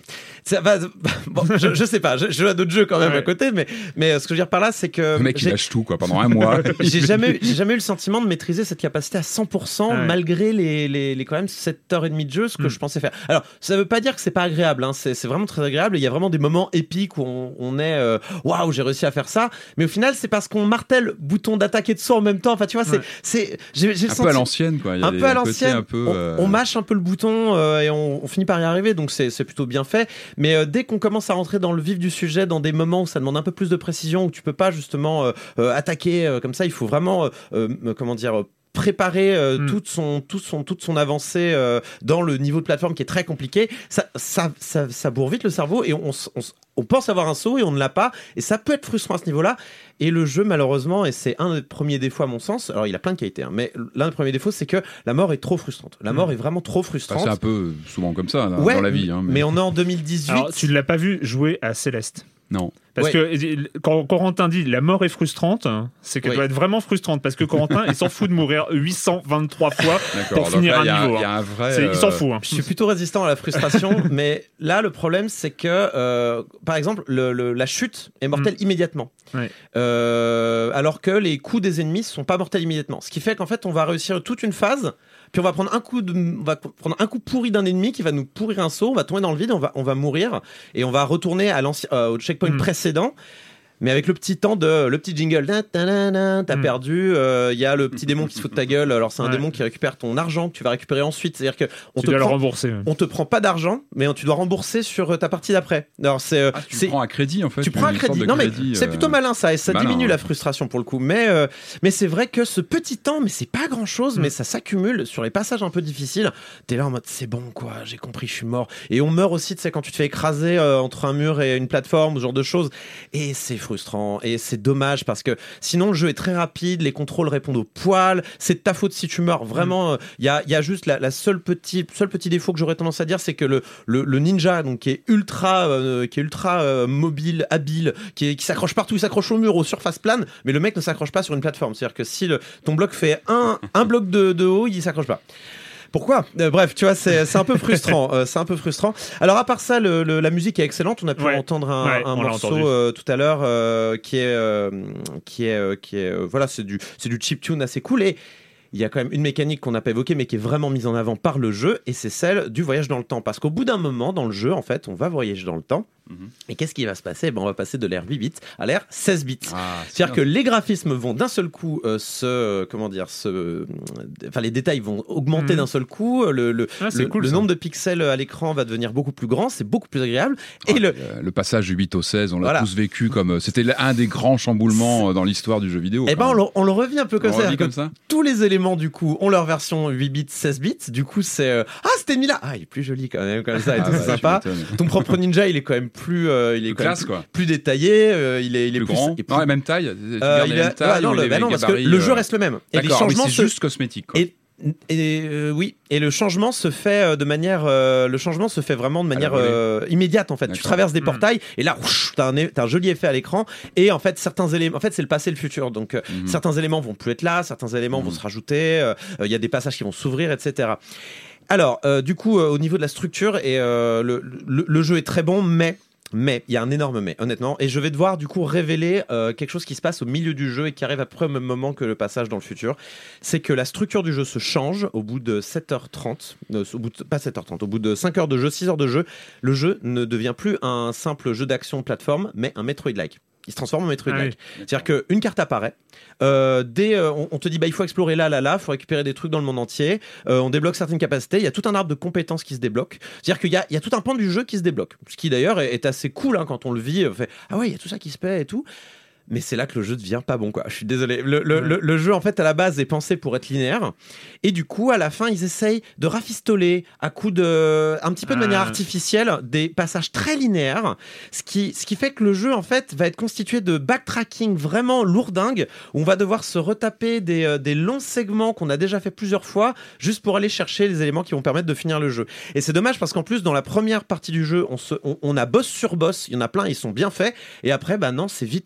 Ça va, bon, je, je sais pas, je, je joue à d'autres jeux quand même Ouais. à côté, mais, mais ce que je veux dire par là, c'est que Le mec, il j'ai, lâche tout, quoi, pendant un mois. j'ai, jamais, eu- j'ai jamais eu le sentiment de maîtriser cette capacité à cent pour cent, Ouais. malgré les, les, les quand même sept heures trente de jeu, ce que Mm. je pensais faire. Alors, ça veut pas dire que c'est pas agréable, hein, c'est, c'est vraiment très agréable, il y a vraiment des moments épiques où on, on est euh, waouh, j'ai réussi à faire ça, mais au final, c'est parce qu'on martèle bouton d'attaque et de saut en même temps, enfin, tu vois, c'est, Ouais. c'est, j'ai, j'ai Un le peu à senti- l'ancienne, quoi. Il y a un des- peu à un côté l'ancienne, un peu, on, euh, on mâche un peu le bouton euh, et on, on finit par y arriver, donc c'est, c'est plutôt bien fait. Mais euh, dès qu'on commence à rentrer dans le vif du sujet, dans des moments où ça demande un peu plus de précision, où tu peux pas justement euh, euh, attaquer euh, comme ça, il faut vraiment, euh, euh, comment dire, euh, préparer euh, Mm. toute son toute son toute son avancée euh, dans le niveau de plateforme qui est très compliqué. Ça ça ça, ça bourre vite le cerveau et on, s- on, s- on pense avoir un saut et on ne l'a pas, et ça peut être frustrant à ce niveau-là. Et le jeu, malheureusement, et c'est un des premiers défauts à mon sens, alors il a plein de qualités, hein, mais l'un des premiers défauts, c'est que la mort est trop frustrante. La mort est vraiment trop Enfin, frustrante. c'est un peu souvent comme ça dans, Ouais, dans la vie. Hein, mais... on est en deux mille dix-huit. Alors, tu ne l'as pas vu jouer à Céleste. Non. Parce Ouais. que euh, quand Corentin dit la mort est frustrante, c'est qu'elle Oui. doit être vraiment frustrante. Parce que Corentin, il s'en fout de mourir huit cent vingt-trois fois D'accord. pour Donc finir là, un il y a- niveau. Il y a hein. un vrai. C'est- il s'en euh, fout. hein. Je suis plutôt résistant à la frustration, mais là, le problème, c'est que, euh, par exemple, le, le- la chute est mortelle immédiatement. Ouais. Euh, alors que les coups des ennemis ne sont pas mortels immédiatement. Ce qui fait qu'en fait, on va réussir toute une phase, puis on va prendre un coup, de, on va prendre un coup pourri d'un ennemi qui va nous pourrir un saut, on va tomber dans le vide, on va, on va mourir, et on va retourner à l'ancien, euh, au checkpoint Mm. précédent. Mais avec le petit temps de le petit jingle, ta- ta- ta- ta- t'as Mm. perdu. Il y a le petit démon qui se fout de ta gueule. Alors c'est un Ouais. démon qui récupère ton argent que tu vas récupérer ensuite. C'est-à-dire que on Tu te dois le prend, rembourser. ouais. on te prend pas d'argent, mais tu dois rembourser sur euh, ta partie d'après. Alors c'est, euh, Ah, tu c'est prends un crédit en fait. tu prends un une sorte crédit. de Non mais crédit, c'est euh, plutôt malin ça, et ça malin, diminue ouais. la frustration pour le coup. Mais euh, mais c'est vrai que ce petit temps, mais c'est pas grand chose, Mm. mais ça s'accumule sur les passages un peu difficiles. T'es là en mode c'est bon quoi, j'ai compris, je suis mort. Et on meurt aussi, tu sais, quand tu te fais écraser euh, entre un mur et une plateforme, ce genre de choses. Et c'est frustrant et c'est dommage parce que sinon le jeu est très rapide, les contrôles répondent au poil. C'est de ta faute si tu meurs. Vraiment, il y a il y a juste la, la seule petit seul petit défaut que j'aurais tendance à dire, c'est que le le, le ninja donc qui est ultra euh, qui est ultra euh, mobile, habile, qui, est- qui s'accroche partout, il s'accroche au mur, aux surfaces planes, mais le mec ne s'accroche pas sur une plateforme. C'est-à-dire que si le, ton bloc fait un, un bloc de, de haut, il s'accroche pas. Pourquoi Euh, Bref, tu vois, c'est c'est un peu frustrant. euh, c'est un peu frustrant. Alors à part ça, le, le- la musique est excellente. On a pu Ouais. entendre un, Ouais, un on l'a morceau entendu. euh, tout à l'heure euh, qui est euh, qui est euh, qui est euh, voilà, c'est du c'est du chiptune assez cool. Et il y a quand même une mécanique qu'on n'a pas évoquée mais qui est vraiment mise en avant par le jeu, et c'est celle du voyage dans le temps. Parce qu'au bout d'un moment dans le jeu, en fait, on va voyager dans le temps. Mhm. Et qu'est-ce qui va se passer? Ben, on va passer de l'ère huit bits à l'ère seize bits. Ah, c'est C'est-à-dire que bien. les graphismes vont d'un seul coup euh, se, comment dire, se, enfin les détails vont augmenter Mhm. d'un seul coup. Le, le, Ah, c'est le, cool, le ça. nombre de pixels à l'écran va devenir beaucoup plus grand, c'est beaucoup plus agréable. Ah, Et le, euh, le passage du huit au seize, on l'a Voilà. tous vécu comme euh, c'était un des grands chamboulements euh, dans l'histoire du jeu vidéo. eh ben quand on même. le, on le revit un peu comme On ça. revit C'est-à-dire comme que ça. tous les éléments du coup ont leur version huit bits, seize bits. Du coup c'est euh, ah c'était mis là. Ah il est plus joli quand même comme ça et Ah tout, bah, c'est tu sympa. m'étonnes. Ton propre ninja il est quand même plus, euh, il est Plus quand même classe, plus, quoi. plus détaillé. euh, il est, il est Plus plus, grand. et plus- Non, la même taille. Tu Euh, gardes il les a- mêmes tailles ouais, non, ou le, les bah non, parce que gabarits, le jeu euh, reste le même. Et les D'accord, oui, changements c'est se, juste cosmétique. quoi. Et, et euh, oui, et le changement se fait euh, de manière, euh, le changement se fait vraiment de la manière volée. euh, immédiate en fait. Tu D'accord. traverses des Mm. portails et là, whoosh, t'as un, é- t'as un joli effet à l'écran, et en fait certains éléments, en fait c'est le passé et le futur. Donc euh, Mhm. certains éléments vont plus être là, certains éléments vont Mhm. se rajouter. euh, Il y a des passages qui vont s'ouvrir, et cetera. Alors, euh, du coup, euh, au niveau de la structure, et euh, le, le, le jeu est très bon, mais mais il y a un énorme mais, honnêtement, et je vais devoir du coup révéler euh, quelque chose qui se passe au milieu du jeu et qui arrive à peu près au même moment que le passage dans le futur. C'est que la structure du jeu se change au bout de sept heures trente, euh, au bout de, pas sept heures trente, au bout de cinq heures de jeu, six heures de jeu. Le jeu ne devient plus un simple jeu d'action de plateforme, mais un Metroid-like. Il se transforme en Metroid-like. Ah C'est-à-dire qu'une carte apparaît, euh, dès, euh, on, on te dit bah, il faut explorer là, là, là, il faut récupérer des trucs dans le monde entier, euh, on débloque certaines capacités, il y a tout un arbre de compétences qui se débloque. C'est-à-dire qu'il y a, il y a tout un pan du jeu qui se débloque. Ce qui d'ailleurs est, est assez cool hein, quand on le vit, on fait ah ouais, il y a tout ça qui se paie et tout. Mais c'est là que le jeu devient pas bon, quoi. Je suis désolé. Le, le, le, le jeu, en fait, à la base, est pensé pour être linéaire. Et du coup, à la fin, ils essayent de rafistoler à coup de, un petit peu de manière Ah. artificielle, des passages très linéaires. Ce qui, ce qui fait que le jeu, en fait, va être constitué de backtracking vraiment lourdingue, où on va devoir se retaper des, euh, des longs segments qu'on a déjà fait plusieurs fois, juste pour aller chercher les éléments qui vont permettre de finir le jeu. Et c'est dommage parce qu'en plus, dans la première partie du jeu, on, se, on, on a boss sur boss. Il y en a plein, ils sont bien faits. Et après, bah non, c'est vite, quoi. On se refait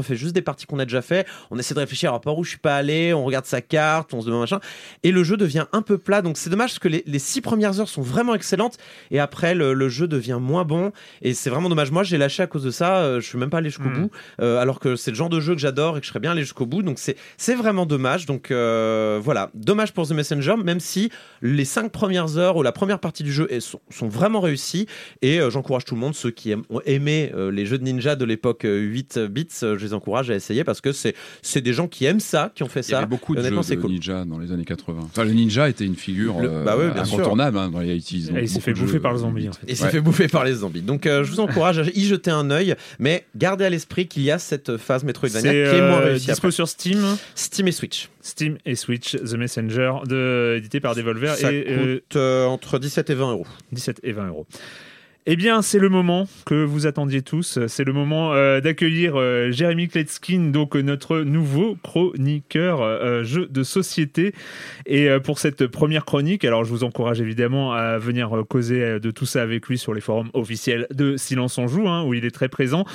refait juste des parties qu'on a déjà fait. On essaie de réfléchir à par où je suis pas allé, on regarde sa carte, on se demande machin. Et le jeu devient un peu plat. Donc c'est dommage parce que les, les six premières heures sont vraiment excellentes et après le, le jeu devient moins bon. Et c'est vraiment dommage. Moi, j'ai lâché à cause de ça. Euh, je suis même pas allé jusqu'au mmh. bout. Euh, alors que c'est le genre de jeu que j'adore et que je serais bien allé jusqu'au bout. Donc c'est, c'est vraiment dommage. Donc euh, voilà. Dommage pour The Messenger, même si les cinq premières heures ou la première partie du jeu est, sont, sont vraiment réussies. Et euh, j'encourage tout le monde, ceux qui aiment, ont aimé euh, les jeux de ninja de l'époque euh, huit bits, euh, je les encourage à essayer parce que c'est, c'est des gens qui aiment ça, qui ont fait ça. Il y avait beaucoup de honnêtement, jeux de cool. ninja dans les années quatre-vingts. Enfin, le ninja était une figure le, euh, bah ouais, incontournable hein, dans les quatre-vingt. Et il s'est fait bouffer par le zombie. En fait. Il s'est ouais. fait bouffer par les zombies. Donc euh, je vous encourage à y jeter un œil, mais gardez à l'esprit qu'il y a cette phase Metroidvania c'est, qui est moins euh, réussie. Dispo sur Steam. Steam et Switch. Steam et Switch, The Messenger, de, édité par Devolver. Ça et, coûte euh, entre dix-sept et vingt euros. dix-sept et vingt euros. Eh bien, c'est le moment que vous attendiez tous. C'est le moment euh, d'accueillir euh, Jérémy Kletskin, donc euh, notre nouveau chroniqueur euh, jeu de société. Et euh, pour cette première chronique, alors je vous encourage évidemment à venir euh, causer de tout ça avec lui sur les forums officiels de Silence on Joue, hein, où il est très présent.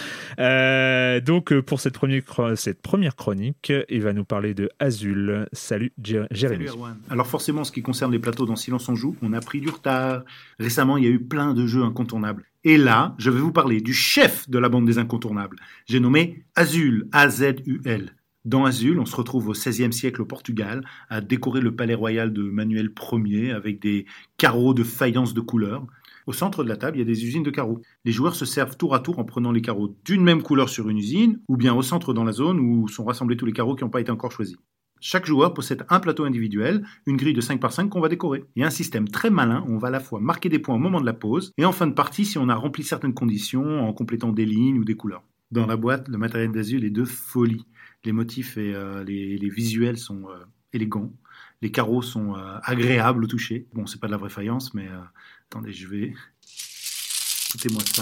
Euh, donc pour cette première, cette première chronique, il va nous parler de Azul. Salut Jérémy. Salut Erwan. Alors forcément, en ce qui concerne les plateaux dans Silence on Joue, on a pris du retard. Récemment, il y a eu plein de jeux incontournables. Et là, je vais vous parler du chef de la bande des incontournables. J'ai nommé Azul, A Z U L. Dans Azul, on se retrouve au seizième siècle au Portugal, à décorer le palais royal de Manuel Ier avec des carreaux de faïence de couleur. Au centre de la table, il y a des usines de carreaux. Les joueurs se servent tour à tour en prenant les carreaux d'une même couleur sur une usine, ou bien au centre dans la zone où sont rassemblés tous les carreaux qui n'ont pas été encore choisis. Chaque joueur possède un plateau individuel, une grille de cinq par cinq qu'on va décorer. Il y a un système très malin où on va à la fois marquer des points au moment de la pause et en fin de partie si on a rempli certaines conditions en complétant des lignes ou des couleurs. Dans la boîte, le matériel d'Azul est de folie. Les motifs et euh, les, les visuels sont euh, élégants. Les carreaux sont euh, agréables au toucher. Bon, c'est pas de la vraie faïence, mais euh, attendez, je vais... Écoutez-moi ça.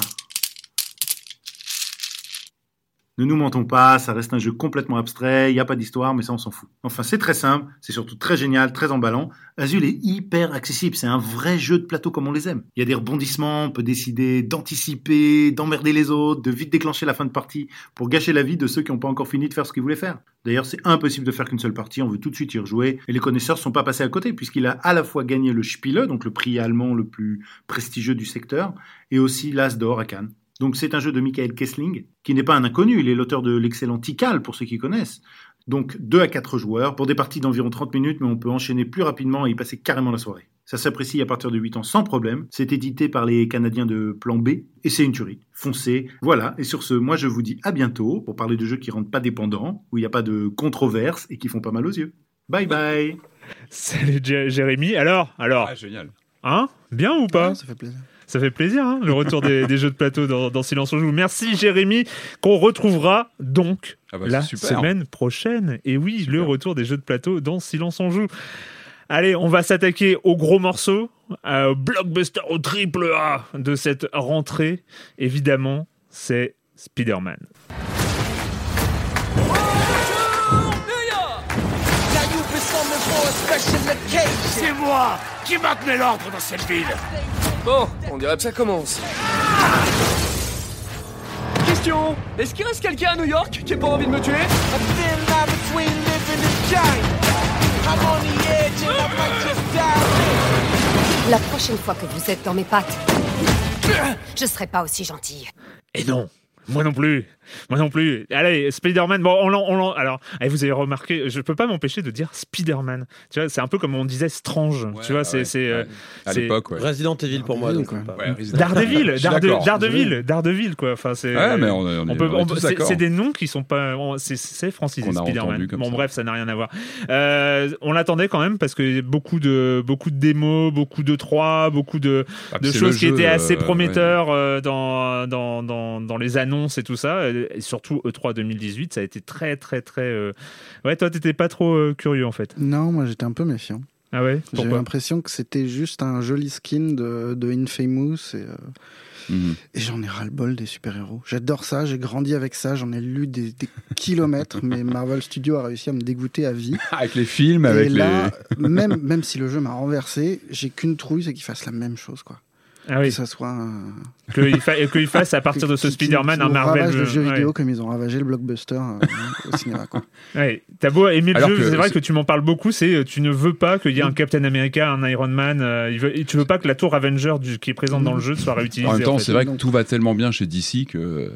Ne nous mentons pas, ça reste un jeu complètement abstrait, il n'y a pas d'histoire, mais ça on s'en fout. Enfin, c'est très simple, c'est surtout très génial, très emballant. Azul est hyper accessible, c'est un vrai jeu de plateau comme on les aime. Il y a des rebondissements, on peut décider d'anticiper, d'emmerder les autres, de vite déclencher la fin de partie pour gâcher la vie de ceux qui n'ont pas encore fini de faire ce qu'ils voulaient faire. D'ailleurs, c'est impossible de faire qu'une seule partie, on veut tout de suite y rejouer, et les connaisseurs ne sont pas passés à côté, puisqu'il a à la fois gagné le Spiele, donc le prix allemand le plus prestigieux du secteur, et aussi l'As d'or à Cannes. Donc c'est un jeu de Michael Kessling, qui n'est pas un inconnu, il est l'auteur de l'excellent Tikal, pour ceux qui connaissent. Donc deux à quatre joueurs, pour des parties d'environ trente minutes, mais on peut enchaîner plus rapidement et y passer carrément la soirée. Ça s'apprécie à partir de huit ans sans problème, c'est édité par les Canadiens de Plan B, et c'est une tuerie. Foncez, voilà, et sur ce, moi je vous dis à bientôt, pour parler de jeux qui rendent pas dépendants, où il n'y a pas de controverse et qui font pas mal aux yeux. Bye bye. Salut J- Jérémy, alors, alors... Ah, génial. Hein ? Bien ou pas ? Ouais, ça fait plaisir. Ça fait plaisir, hein, le retour des, des jeux de plateau dans, dans Silence on Joue. Merci Jérémy, qu'on retrouvera donc ah bah, la super. semaine prochaine. Et oui, super. Le retour des jeux de plateau dans Silence on Joue. Allez, on va s'attaquer au gros morceau, au blockbuster au triple A de cette rentrée. Évidemment, c'est Spider-Man. C'est moi qui maintenais l'ordre dans cette ville. Bon, on dirait que ça commence. Question, est-ce qu'il reste quelqu'un à New York qui n'a pas envie de me tuer? La prochaine fois que vous êtes dans mes pattes, je serai pas aussi gentille. Et non, moi non plus. Moi non plus. Allez, Spider-Man. Bon, on l'en, on l'en, alors, allez, vous avez remarqué, je peux pas m'empêcher de dire Spider-Man. Tu vois, c'est un peu comme on disait Strange. Ouais, tu vois, c'est, ouais, c'est, ouais. à c'est l'époque, ouais. Resident Evil pour moi. Donc, ouais, Daredevil, Darde, Daredevil, Daredevil, quoi. Enfin, c'est. Ouais, mais on, on, on peut, on on, c'est, c'est des noms qui sont pas. On, c'est, c'est francisé, Spider-Man. Bon, ça. Bref, ça n'a rien à voir. Euh, on l'attendait quand même parce que beaucoup de, beaucoup de démos, beaucoup de trois, beaucoup de, ah, de choses qui jeu, étaient assez euh, prometteurs ouais. euh, dans, dans, dans, dans les annonces et tout ça, et surtout E trois deux mille dix-huit, ça a été très très très euh... ouais, toi t'étais pas trop euh, curieux en fait. Non, moi j'étais un peu méfiant. Ah ouais. J'ai l'impression que c'était juste un joli skin de, de Infamous et, euh... mmh. et j'en ai ras-le-bol des super-héros. J'adore ça, j'ai grandi avec ça, j'en ai lu des, des kilomètres, mais Marvel Studios a réussi à me dégoûter à vie. Avec les films, et avec là, les... même, même si le jeu m'a renversé, j'ai qu'une trouille, c'est qu'il fasse la même chose, quoi. Ah oui. Que ça soit un... qu'il fa... qu'il fasse à partir de ce Spider-Man un Marvel ravage de jeux ouais. vidéo comme ils ont ravagé le blockbuster euh, au cinéma quoi. Ouais, t'as beau aimer le Alors jeu, que c'est vrai c'est... que tu m'en parles beaucoup, c'est tu ne veux pas qu'il y ait un Captain America, un Iron Man, euh, il veut... tu veux pas que la tour Avenger du... qui est présente dans le jeu soit réutilisée. En même temps, en fait. c'est vrai que tout va tellement bien chez D C que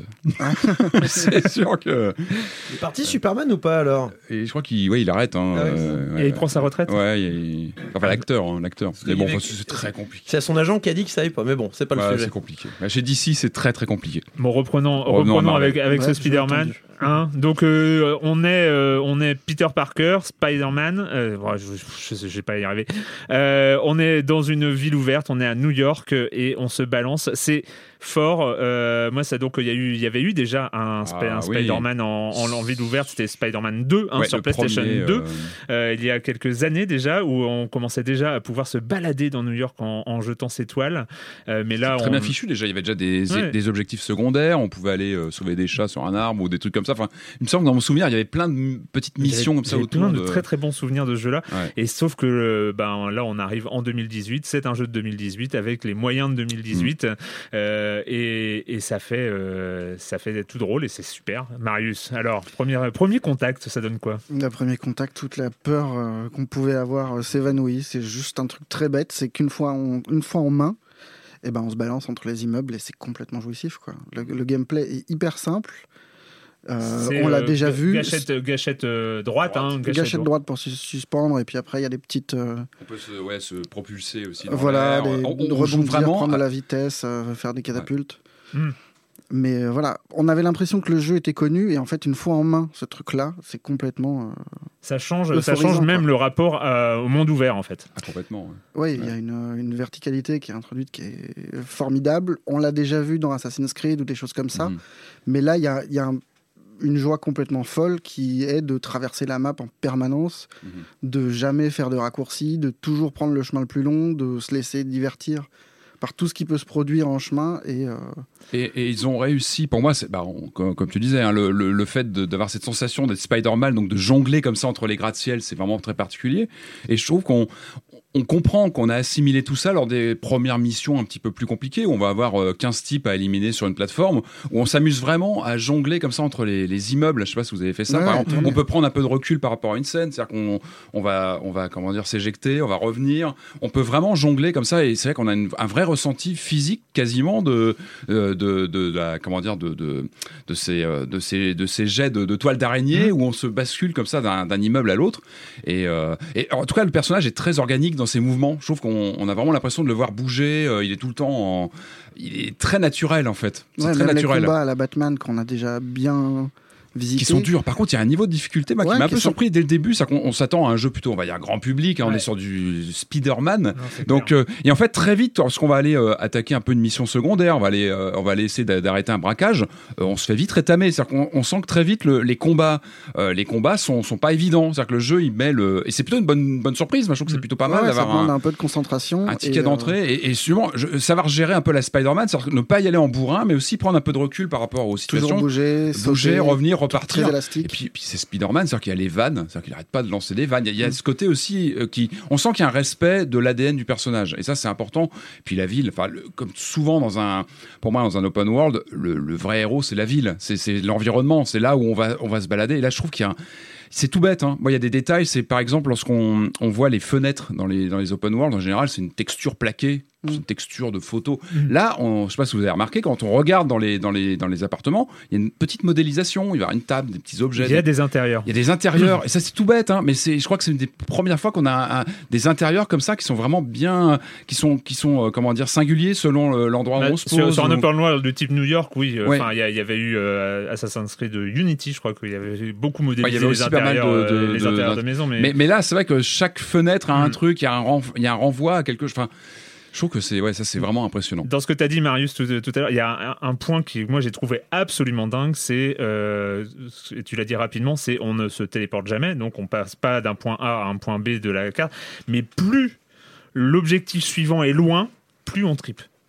c'est sûr que. Il est parti Superman ou pas alors? Et je crois qu'il ouais, il arrête. Hein, ah ouais, euh, Et ouais. il prend sa retraite. Ouais, il... enfin l'acteur, hein, l'acteur. Mais bon, c'est très compliqué. C'est son agent qui a dit qu'il savait pas, mais bon, c'est pas ouais, le sujet. C'est compliqué. Bah, chez D C, c'est très très compliqué. Bon, reprenons, Revenons reprenons avec, avec ouais, ce Spider-Man. Hein donc, euh, on, est, euh, on est Peter Parker, Spider-Man. Euh, bon, je ne vais pas y arriver. Euh, on est dans une ville ouverte, on est à New York et on se balance. C'est fort. Euh, moi, ça, donc, il y, a eu, il y avait eu déjà un, Sp- ah, un Spider-Man oui. en, en, en ville ouverte. C'était Spider-Man deux hein, ouais, sur PlayStation premier, deux. Euh... Euh, il y a quelques années déjà, où on commençait déjà à pouvoir se balader dans New York en, en jetant ses toiles. Euh, mais là, très on... bien fichu déjà. Il y avait déjà des, ouais. des objectifs secondaires. On pouvait aller euh, sauver des chats sur un arbre ou des trucs comme ça. Enfin, il me semble que dans mon souvenir, il y avait plein de petites missions comme ça autour. Plein de, de très très bons souvenirs de ce jeu-là. Ouais. Et sauf que ben là, on arrive en deux mille dix-huit. C'est un jeu de deux mille dix-huit avec les moyens de deux mille dix-huit. Mmh. Euh, et, et ça fait euh, ça fait tout drôle et c'est super. Marius, alors premier premier contact, ça donne quoi? Le premier contact, toute la peur euh, qu'on pouvait avoir euh, s'évanouit. C'est juste un truc très bête. C'est qu'une fois on, une fois en main, et ben on se balance entre les immeubles et c'est complètement jouissif quoi. Le, le gameplay est hyper simple. Euh, on l'a euh, déjà g- vu. Gâchette, gâchette euh, droite. Droite. Hein, gâchette, gâchette droite pour se suspendre et puis après il y a des petites. Euh... On peut se, ouais, se propulser aussi. Voilà, des, on, on rebondir, vraiment prendre à... de la vitesse, euh, faire des catapultes. Ouais. Mm. Mais euh, voilà, on avait l'impression que le jeu était connu et en fait une fois en main, ce truc-là, c'est complètement. Euh, ça change, ça change même quoi. le rapport euh, au monde ouvert en fait. Ah, complètement. Oui, ouais, il ouais. y a une, une verticalité qui est introduite qui est formidable. On l'a déjà vu dans Assassin's Creed ou des choses comme ça, mm. mais là il y a, y a un, une joie complètement folle qui est de traverser la map en permanence, mm. de jamais faire de raccourcis, de toujours prendre le chemin le plus long, de se laisser divertir par tout ce qui peut se produire en chemin et, euh... et, et ils ont réussi pour moi c'est bah, on, comme, comme tu disais hein, le, le, le fait de, d'avoir cette sensation d'être Spider-Man, donc de jongler comme ça entre les gratte-ciel, c'est vraiment très particulier et je trouve qu'on on comprend qu'on a assimilé tout ça lors des premières missions un petit peu plus compliquées où on va avoir quinze types à éliminer sur une plateforme où on s'amuse vraiment à jongler comme ça entre les, les immeubles. Je sais pas si vous avez fait ça. Ouais, par exemple, ouais. On peut prendre un peu de recul par rapport à une scène, c'est-à-dire qu'on on va, on va comment dire, s'éjecter, on va revenir. On peut vraiment jongler comme ça et c'est vrai qu'on a une, un vrai ressenti physique quasiment de, de, de, de, de la, comment dire, de, de, de, ces, de, ces, de ces jets de, de toiles d'araignée mmh. où on se bascule comme ça d'un, d'un immeuble à l'autre. Et, euh, et en tout cas, le personnage est très organique dans ses mouvements. Je trouve qu'on on a vraiment l'impression de le voir bouger. Euh, il est tout le temps en... Il est très naturel, en fait. C'est ouais, très même naturel. Les combats à la Batman qu'on a déjà bien... Visiter. Qui sont durs. Par contre, il y a un niveau de difficulté moi, ouais, qui m'a un peu sont... surpris dès le début. C'est qu'on on s'attend à un jeu plutôt, on va dire, grand public. Hein, ouais. On est sur du Spider-Man. Non, donc, euh, et en fait, très vite, lorsqu'on va aller euh, attaquer un peu une mission secondaire, on va aller, euh, on va aller essayer d'arrêter un braquage. Euh, on se fait vite rétamer. C'est-à-dire qu'on on sent que très vite, le, les combats, euh, les combats sont, sont pas évidents. C'est-à-dire que le jeu, il met le, et c'est plutôt une bonne, bonne surprise. Moi, je trouve que c'est plutôt pas ouais, mal ouais, d'avoir ça demande un, un peu de concentration, un ticket d'entrée euh... et, et sûrement je, savoir gérer un peu la Spider-Man, c'est-à-dire ne pas y aller en bourrin, mais aussi prendre un peu de recul par rapport aux situations. Toujours bouger, bouger, sauter, revenir, repartir. Très élastique. Et puis, puis c'est Spider-Man, c'est-à-dire qu'il y a les vannes, c'est-à-dire qu'il n'arrête pas de lancer des vannes. Il y a, il y a ce côté aussi euh, qui, on sent qu'il y a un respect de l'A D N du personnage, et ça c'est important. Puis la ville, enfin comme souvent dans un, pour moi dans un open world, le, le vrai héros c'est la ville, c'est, c'est l'environnement, c'est là où on va, on va se balader. Et là je trouve qu'il y a un, c'est tout bête, hein. Moi, il y a des détails. C'est par exemple lorsqu'on on voit les fenêtres dans les, dans les open world, en général, c'est une texture plaquée, mmh. c'est une texture de photo. Mmh. Là, on, je sais pas si vous avez remarqué, quand on regarde dans les, dans les, dans les appartements, il y a une petite modélisation. Il va y avoir une table, des petits objets. Il y a des, des intérieurs. Il y a des intérieurs. Mmh. Et ça, c'est tout bête, hein. Mais c'est, je crois que c'est une des premières fois qu'on a un, un, des intérieurs comme ça qui sont vraiment bien, qui sont, qui sont, euh, comment dire, singuliers selon euh, l'endroit bah, où on se pose. Sur, sur un ou... open world de type New York, oui. Enfin, ouais. il y, y avait eu euh, Assassin's Creed Unity, je crois qu'il y avait beaucoup modélisé ouais, les intérieurs. De, de, euh, les intérieurs de maison, mais... mais mais là c'est vrai que chaque fenêtre a un mmh. truc, il y a un renv- il y a un renvoi à quelque chose. Enfin, je trouve que c'est ouais ça c'est vraiment impressionnant. Dans ce que tu as dit Marius tout, tout à l'heure, il y a un, un point qui moi j'ai trouvé absolument dingue, c'est euh, et tu l'as dit rapidement, c'est on ne se téléporte jamais, donc on passe pas d'un point A à un point B de la carte, mais plus l'objectif suivant est loin, plus on tripe.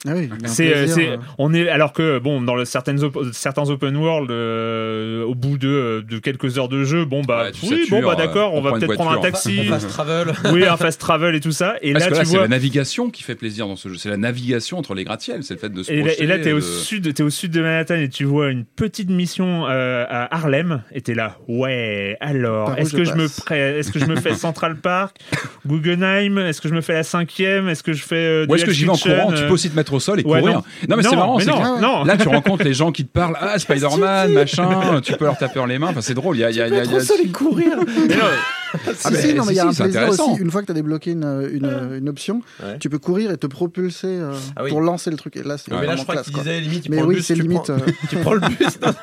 Ah oui, c'est, euh, c'est, on est, alors que bon, dans le, certaines op- certains open world, euh, au bout de, de quelques heures de jeu, bon bah, ouais, oui, satures, bon bah d'accord, euh, on va peut-être prendre un taxi, un fast travel, oui, un fast travel et tout ça. Et Parce là, que là, tu c'est vois, la navigation qui fait plaisir dans ce jeu. C'est la navigation entre les gratte-ciels, c'est le fait de se et, projeter. là, et là, t'es de... au sud, t'es au sud de Manhattan et tu vois une petite mission euh, à Harlem. Et t'es là, ouais. Alors, Par où est-ce je que je me, passe pré- est-ce que je me fais Central Park, Guggenheim, est-ce que je me fais la cinquième, est-ce que je fais euh, Ou est-ce que Hell's j'y vais en Kitchen, courant? Tu euh... peux aussi te mettre au sol et ouais, courir. Non, non mais non, c'est marrant. Mais c'est non, que non. Là, tu rencontres les gens qui te parlent. Ah, Spider-Man, machin. Tu peux leur taper les mains. Enfin, c'est drôle. Il y a, il y a, il y a, il y a... trop seul et courir. Mais non. Si, Ah ben, si, non, mais il y a si, un c'est plaisir intéressant. aussi. Une fois que tu as débloqué une, une, une option, Ouais. tu peux courir et te propulser euh, Ah oui. pour lancer le truc. Et là, c'est Mais là, vraiment je crois classe, qu'il quoi. disait limite, tu Mais prends oui, le bus, c'est tu limite. prends- euh, tu prends le bus. Je suis pas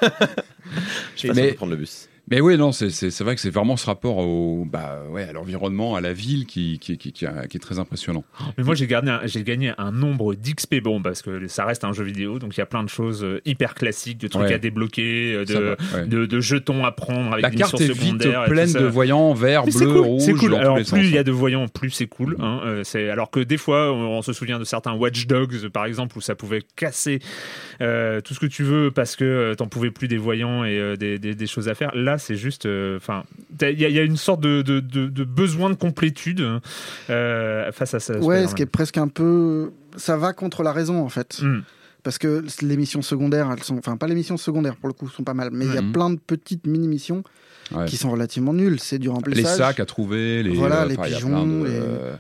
sûr Mais- de prendre le bus. Mais oui, non, c'est, c'est, c'est vrai que c'est vraiment ce rapport au, bah, ouais, à l'environnement, à la ville qui, qui, qui, qui, a- qui est très impressionnant. Mais moi, j'ai gagné, un, j'ai gagné un nombre d'X P, bon, parce que ça reste un jeu vidéo, donc il y a plein de choses euh, hyper classiques, de trucs Ouais. à débloquer, euh, Ça de, va, ouais. de, de jetons à prendre avec La des carte missions est vite secondaires. et tout pleine ça. de voyants verts, Mais c'est bleus, cool, rouges, c'est cool. dans Alors tous les plus sens. il y a de voyants, plus c'est cool. Hein. Euh, c'est alors que des fois, on, on se souvient de certains Watch Dogs, par exemple, où ça pouvait casser euh, tout ce que tu veux parce que euh, t'en pouvais plus des voyants et euh, des, des, des choses à faire. Là, c'est juste, enfin, euh, il y, y a une sorte de, de, de, de besoin de complétude euh, face à ça. Ouais, Spider-Man. ce qui est presque un peu. Ça va contre la raison, en fait. Mm. Parce que les missions secondaires, elles sont. Enfin, pas les missions secondaires, pour le coup, sont pas mal. Mais il y a Mhm. plein de petites mini-missions Ouais. qui sont relativement nulles. C'est du Les remplissage. sacs à trouver, les, Voilà, euh, les enfin, il y a pigeons, plein de, les- euh,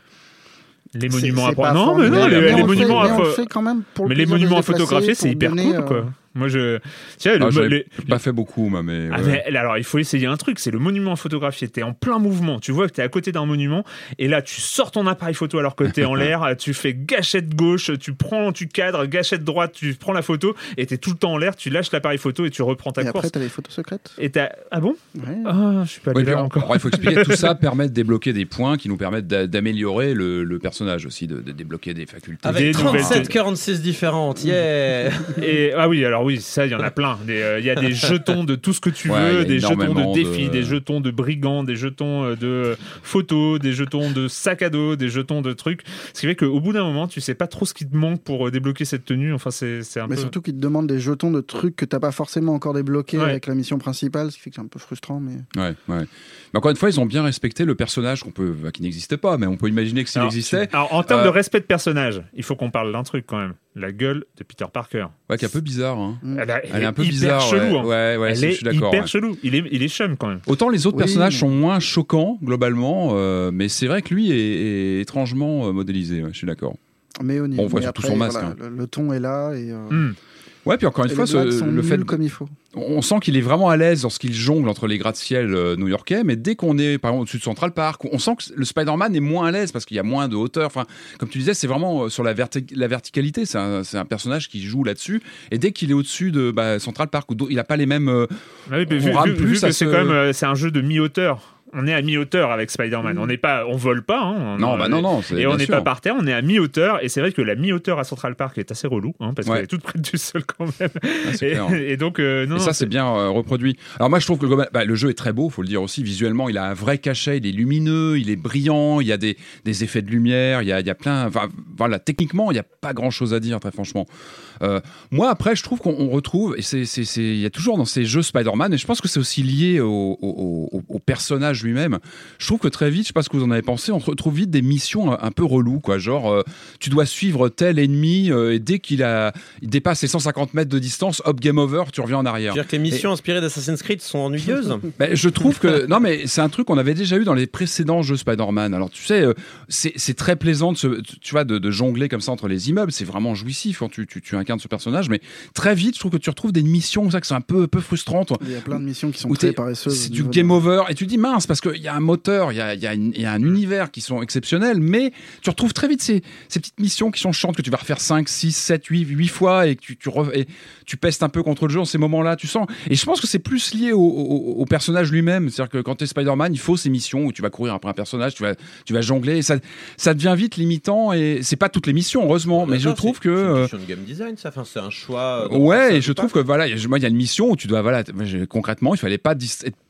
Les C'est- monuments c'est à pas non, mais non, formidable, les, mais les on le monuments fait- à mais on le pho- fait quand même pour le mais les plaisir de monuments se déplacer, photographiés, c'est pour hyper donner, cool, quoi. euh, Moi, je. Tiens, le, Ah, j'avais les- pas fait beaucoup, moi, mais. Ah, ouais. mais alors, il faut essayer un truc, c'est le monument photographié. T'es en plein mouvement, tu vois que t'es à côté d'un monument, et là, tu sors ton appareil photo alors que t'es en l'air, tu fais gâchette gauche, tu prends, tu cadres, gâchette droite, tu prends la photo, et t'es tout le temps en l'air, tu lâches l'appareil photo et tu reprends ta Et course. après, t'as les photos secrètes. Et t'as... Ah bon? Ouais. Ah, je suis pas Oui, allé puis là en- encore. alors, il faut expliquer tout ça permet de débloquer des points qui nous permettent d'a- d'améliorer le, le personnage aussi, de, de débloquer des facultés. Avec Des nouvelles- trente-sept quarante-six différentes, yeah. Et, ah oui, alors oui, ça, il y en a plein. Des, euh, Il y a des jetons de tout ce que tu Ouais, il y veux, a des jetons de énormément défis, de- des jetons de brigands, des jetons euh, de photos, des jetons de sac à dos, des jetons de trucs. Ce qui fait qu'au bout d'un moment, tu sais pas trop ce qui te manque pour euh, débloquer cette tenue. Enfin, c'est, c'est un Mais peu... surtout qu'ils te demandent des jetons de trucs que t'as pas forcément encore débloqués Ouais. avec la mission principale, ce qui fait que c'est un peu frustrant. Mais Ouais, ouais. Mais encore une fois, ils ont bien respecté le personnage qu'on peut, bah, qui n'existe pas, mais on peut imaginer que s'il Alors, existait. Alors, en termes Euh, de respect de personnage, il faut qu'on parle d'un truc quand même. La gueule de Peter Parker. Ouais, qui est un peu bizarre. Hein. Mm. Elle, a- Elle est un peu hyper bizarre. chelou. ouais. hein. Ouais, ouais, Elle c'est- est je suis d'accord. hyper ouais. chelou. Il est, il est chum quand même. Autant les autres Oui, personnages mais- sont moins choquants globalement, euh, mais c'est vrai que lui est, est étrangement euh, modélisé. Ouais, je suis d'accord. mais au niveau. On voit mais surtout après, son masque, voilà, hein. le, le ton est là et. euh, Hmm. Ouais, puis encore une et fois, les blagues ce- sont le fait, nulles comme il faut. on sent qu'il est vraiment à l'aise lorsqu'il jongle entre les gratte-ciel euh, new-yorkais, mais dès qu'on est par exemple au-dessus de Central Park, on sent que le Spider-Man est moins à l'aise parce qu'il y a moins de hauteur. Enfin, comme tu disais, c'est vraiment euh, sur la, verti- la verticalité. C'est un, c'est un personnage qui joue là-dessus. Et dès qu'il est au-dessus de bah, Central Park, où d'au- il n'a pas les mêmes. euh, Ah oui, mais on vu, rame vu- plus vu que à c'est ce- quand même euh, c'est un jeu de mi-hauteur. On est à mi-hauteur avec Spider-Man. On n'est pas, on vole pas. Hein. Non, On- bah non, non. c'est- Et on bien n'est sûr. pas par terre, on est à mi-hauteur. Et c'est vrai que la mi-hauteur à Central Park est assez relou, hein, parce Ouais. qu'elle est toute près du sol quand même. Ah, c'est Et, clair. et donc, euh, non. Et ça, c'est bien euh, reproduit. Alors moi, je trouve que globa- bah, le jeu est très beau, faut le dire aussi. Visuellement, il a un vrai cachet, il est lumineux, il est brillant, il y a des, des effets de lumière, il y a, il y a plein... Enfin, voilà, techniquement, il n'y a pas grand-chose à dire, très franchement. Euh, moi, après, je trouve qu'on on retrouve, et c'est, c'est, c'est, il y a toujours dans ces jeux Spider-Man, et je pense que c'est aussi lié au, au, au, au personnage lui-même. Je trouve que très vite, je sais pas ce que vous en avez pensé, on retrouve vite des missions un, un peu reloues, quoi. Genre, euh, tu dois suivre tel ennemi, euh, et dès qu'il a, il dépasse les cent cinquante mètres de distance, hop, game over, tu reviens en arrière. Je veux dire que les missions inspirées d'Assassin's Creed sont ennuyeuses. Ben, je trouve que non, mais c'est un truc qu'on avait déjà eu dans les précédents jeux Spider-Man. Alors tu sais, euh, c'est, c'est très plaisant de se, tu vois, de, de jongler comme ça entre les immeubles. C'est vraiment jouissif quand tu, tu, tu incarnes ce personnage. Mais très vite, je trouve que tu retrouves des missions ça que c'est un peu, peu frustrantes. Il y a plein de missions qui sont Où très t'es- paresseuses. C'est au du niveau game de- over et tu dis mince parce qu'il y a un moteur, il y a, il y, a une- il y a un univers qui sont exceptionnels, mais tu retrouves très vite ces, ces petites missions qui sont chiantes que tu vas refaire cinq, six, sept, huit, huit fois et que tu, tu, re- et tu pestes un peu contre le jeu en ces moments-là, tu sens. Et je pense que c'est plus lié au, au- au personnage lui-même. C'est-à-dire que quand tu es Spider-Man, il faut ces missions où tu vas courir après un personnage, tu vas, tu vas jongler, et ça, ça devient vite limitant et c'est pas toutes les missions, heureusement, mais je D'accord, trouve c'est- que. c'est une euh, question de game design, ça. Enfin, c'est un choix. euh, dans Ouais, ça, et je ou trouve pas. que voilà, y a- moi il y a une mission où tu dois voilà, t- moi, j'ai- concrètement, il fallait pas dis- être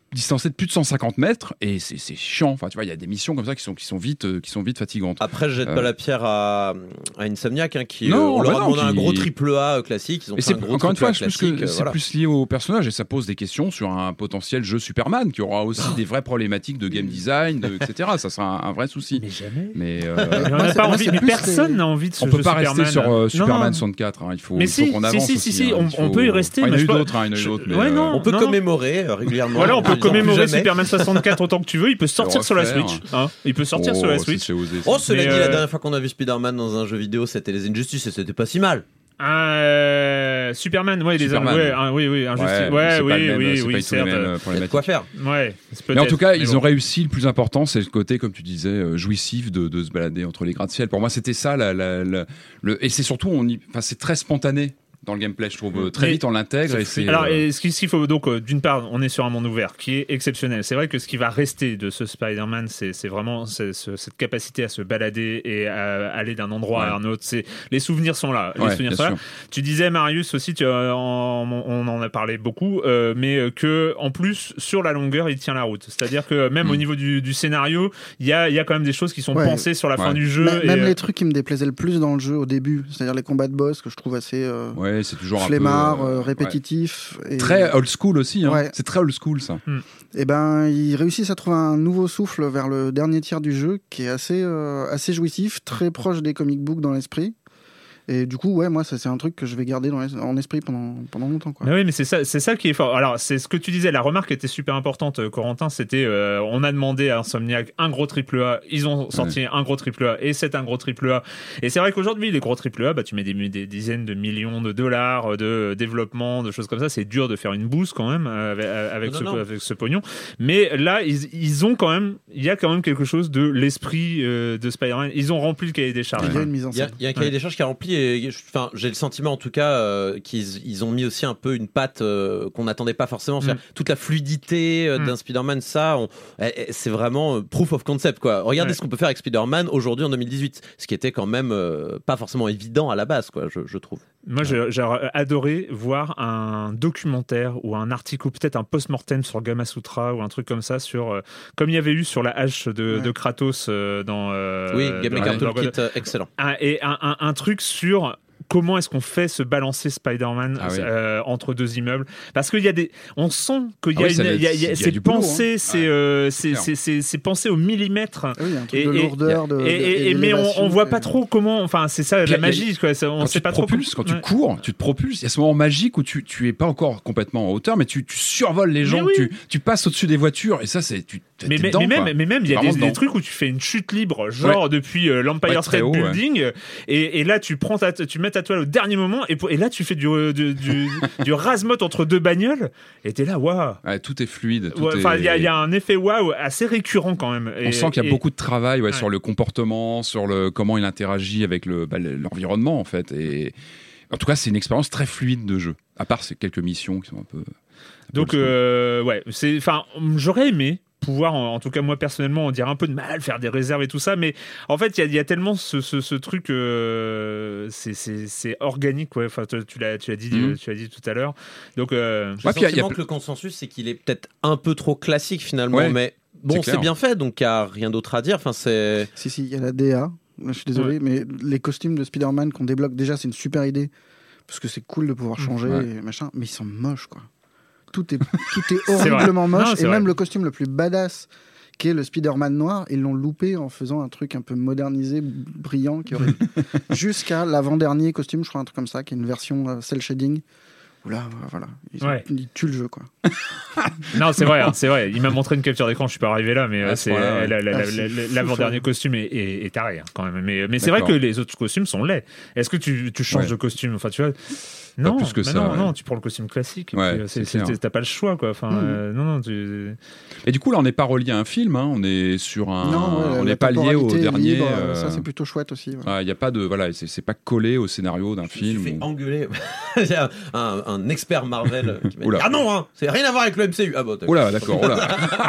distancé de plus de cent cinquante mètres et c'est, c'est chiant. Enfin, tu vois, il y a des missions comme ça qui sont, qui sont, vite, euh, qui sont vite fatigantes. Après, je jette Euh, pas la pierre à, à Insomniac, hein, qui, Non, euh, on bah leur a non, demandé un qui- gros triple A classique. Ils ont Et fait c'est, un gros encore une fois, triple A je pense que classique, c'est euh, voilà. plus lié au personnage et ça pose des questions sur un potentiel jeu Superman qui aura aussi des vraies problématiques de game design, de, et cetera. Ça sera un, un vrai souci. Mais jamais. Mais, euh, Mais on Moi, n'a c'est- pas moi, envie, c'est mais plus personne les- n'a envie de ce on jeu peut pas Superman. rester sur euh, Non, Superman non. soixante-quatre. Hein. Il faut, Mais il faut si, qu'on si, avance si, aussi, si, si, hein. on, Il faut- on peut y rester. Ah, il y en mais a je eu pense- d'autres, hein, il y en a eu je- d'autres, mais, ouais, euh, non, On peut non. commémorer euh, régulièrement. Voilà, on peut en disant commémorer plus jamais. Superman soixante-quatre autant que tu veux. Il peut sortir Le sur la refaire. Switch. Hein. Il peut sortir Oh, sur la c'est- Switch. c'est osé, ça. Oh, cela Mais, dit, euh, la dernière fois qu'on a vu Spider-Man dans un jeu vidéo, c'était les Injustices et c'était pas si mal. Euh, Superman, ouais, les Superman. ouais, un- oui, oui, injustice. Ouais, Ouais, c'est oui, pas le même- oui, c'est oui, pas du tout les certes. mêmes, euh, Il y a de problématiques. quoi faire. Ouais, c'est Mais en peut-être, tout cas, ils bon. ont réussi. Le plus important, c'est le côté, comme tu disais, euh, jouissif de, de se balader entre les gratte-ciel. Pour moi, c'était ça. La, la- la- le... Et c'est surtout, on y... enfin, c'est très spontané dans le gameplay, je trouve. Très Mais- vite, on l'intègre. Et c'est, Alors, euh, et ce qu'il ce qu'il faut donc, euh, d'une part, on est sur un monde ouvert qui est exceptionnel. C'est vrai que ce qui va rester de ce Spider-Man, c'est, c'est vraiment c'est, ce- cette capacité à se balader et à aller d'un endroit Ouais. à un autre. C'est, les souvenirs sont là. Les Ouais, souvenirs bien sont là. sûr. Tu disais, Marius aussi, tu, euh, en- on en a parlé beaucoup, euh, mais euh, que en plus, sur la longueur, il tient la route. C'est-à-dire que même Mm. au niveau du, du scénario, il y a, il y a quand même des choses qui sont Ouais. pensées sur la fin Ouais. du jeu. Même, et, même euh, les trucs qui me déplaisaient le plus dans le jeu au début, c'est-à-dire les combats de boss que je trouve assez euh, ouais, c'est toujours un peu flemmard, euh, euh, ouais. répétitif. Et, Très old school aussi. Hein. Ouais. C'est très old school, ça. et ben, ils réussissent à trouver un nouveau souffle vers le dernier tiers du jeu qui est assez, euh, assez jouissif, très proche des comic books dans l'esprit. Et du coup, ouais, moi, ça, c'est un truc que je vais garder dans les- en esprit pendant, pendant longtemps. Quoi. Mais oui, mais c'est ça, c'est ça qui est fort. Alors, c'est ce que tu disais, la remarque était super importante, euh, Corentin. C'était, euh, on a demandé à Insomniac un gros triple A, ils ont sorti un gros triple A, et c'est un gros triple A. Et c'est vrai qu'aujourd'hui, les gros triple A, bah, tu mets des, des dizaines de millions de dollars de développement, de choses comme ça. C'est dur de faire une bouse quand même euh, avec, avec, Non, ce, non. avec ce pognon. Mais là, ils, ils ont quand même, il y a quand même quelque chose de l'esprit euh, de Spider-Man. Ils ont rempli le cahier des charges. Il y a une mise en Il y a, scène. il y a un cahier Ouais. des charges qui est rempli et je- enfin, j'ai le sentiment en tout cas euh, qu'ils ils ont mis aussi un peu une patte euh, qu'on n'attendait pas forcément. C'est-à-dire toute la fluidité euh, d'un Mm. Spider-Man, ça, on- eh, eh, c'est vraiment euh, proof of concept. Quoi. Regardez Ouais. ce qu'on peut faire avec Spider-Man aujourd'hui en deux mille dix-huit, ce qui était quand même euh, pas forcément évident à la base, quoi, je, je trouve. Moi, j'ai- j'aurais adoré voir un documentaire ou un article ou peut-être un post-mortem sur Gamasutra ou un truc comme ça, sur, euh, comme il y avait eu sur la hache de, Ouais. de Kratos euh, dans. euh, oui, Game dans- Maker dans- Toolkit, euh, excellent. un, et un, un- un truc sur comment est-ce qu'on fait se balancer Spider-Man Ah oui. euh, entre deux immeubles, parce qu'il y a des, on sent qu'il y Ah a oui, ça une, doit il y a, être- il y a- il y a c'est du boulot, pensé, hein. c'est Ouais, euh, c'est c'est clair. c'est- c'est- c'est pensé au millimètre. Ah oui, il y a un truc Et- de et- lourdeur, de, Et, de- et- et mais on, d'élévation, on voit et- pas trop comment, enfin c'est ça Puis la il y a- magie, quoi. Ça, on Quand sait tu pas te trop. propulses, quand tu Ouais. cours, tu te propulses. Il y a ce moment magique où tu, tu es pas encore complètement en hauteur, mais tu, tu survoles les gens, oui. tu, tu passes au-dessus des voitures, et ça, c'est tu. t'es Mais, mais, dedans, mais même, quoi. mais même, il y a Vraiment des, des dedans. trucs où tu fais une chute libre, genre depuis euh, l'Empire Ouais, très State haut, ouais. Building, et, et là tu prends ta, tu mets ta toile au dernier moment, et, pour- et là tu fais du, euh, du, du, du rasmote entre deux bagnoles, et t'es là, waouh! Ouais, tout est fluide. tout Ouais, Enfin, il est- y, a- il y a un effet waouh assez récurrent quand même. On Et- sent qu'il y a et- beaucoup de travail ouais, Ouais. sur le comportement, sur le comment il interagit avec le, bah, le- l'environnement en fait. Et en tout cas, c'est une expérience très fluide de jeu. À part ces quelques missions qui sont un peu. Donc, euh, ouais, c'est, enfin, j'aurais aimé pouvoir, en, en tout cas moi personnellement, on dirait un peu de mal, faire des réserves et tout ça, mais en fait, il y a, il y a tellement ce, ce, ce truc, euh, c'est, c'est, c'est organique, ouais. Enfin, tu, tu l'as, tu l'as dit, Mhm. tu l'as dit tout à l'heure. Donc, euh, J'ai Ouais, puis il y a- le il y a sentiment que le consensus, c'est qu'il est peut-être un peu trop classique finalement, Ouais, mais bon, c'est c'est clair. bien fait, donc il n'y a rien d'autre à dire. Enfin, c'est... Si, si, il y a la D A. Je suis désolé, Ouais. mais les costumes de Spider-Man qu'on débloque, déjà, c'est une super idée. Parce que c'est cool de pouvoir changer Ouais. et machin. Mais ils sont moches, quoi. Tout est, tout est C'est vrai. horriblement moche. Non, c'est et vrai. même le costume le plus badass, qui est le Spider-Man noir, ils l'ont loupé en faisant un truc un peu modernisé, brillant, qui aurait... jusqu'à l'avant-dernier costume, je crois, un truc comme ça, qui est une version euh, cel shading. Où là, voilà, ils, Ouais. ils tuent le jeu, quoi. non, c'est vrai, hein, c'est vrai. Il m'a montré une capture d'écran, je suis pas arrivé là, mais À euh, ce c'est point-là, ouais. la- la- Ah, la- c'est la- fou, l'avant-dernier ça. costume est, est, est taré hein, quand même. Mais, mais c'est vrai D'accord. que les autres costumes sont laids. Est-ce que tu, tu changes Ouais. de costume? Enfin, tu vois. Non, plus que bah ça, non, ouais. non, tu prends le costume classique. et Ouais, puis, euh, c'est- c'est clair. c'est- t'as pas le choix, quoi. Enfin, Mmh. euh, non, non, tu... Et du coup, là, on n'est pas relié à un film. hein, On est sur un. non, ouais, on la n'est pas lié au temporalité est dernier. libre, euh, Ça, c'est plutôt chouette aussi. ouais. Il n'y a pas de voilà, c'est, c'est pas collé au scénario d'un Je me suis film. fait ou- engueuler. Il y a un, un expert Marvel qui m'a dit Oula. ah non, hein, c'est rien à voir avec le M C U. Ah bon, Oh là, d'accord. oh là.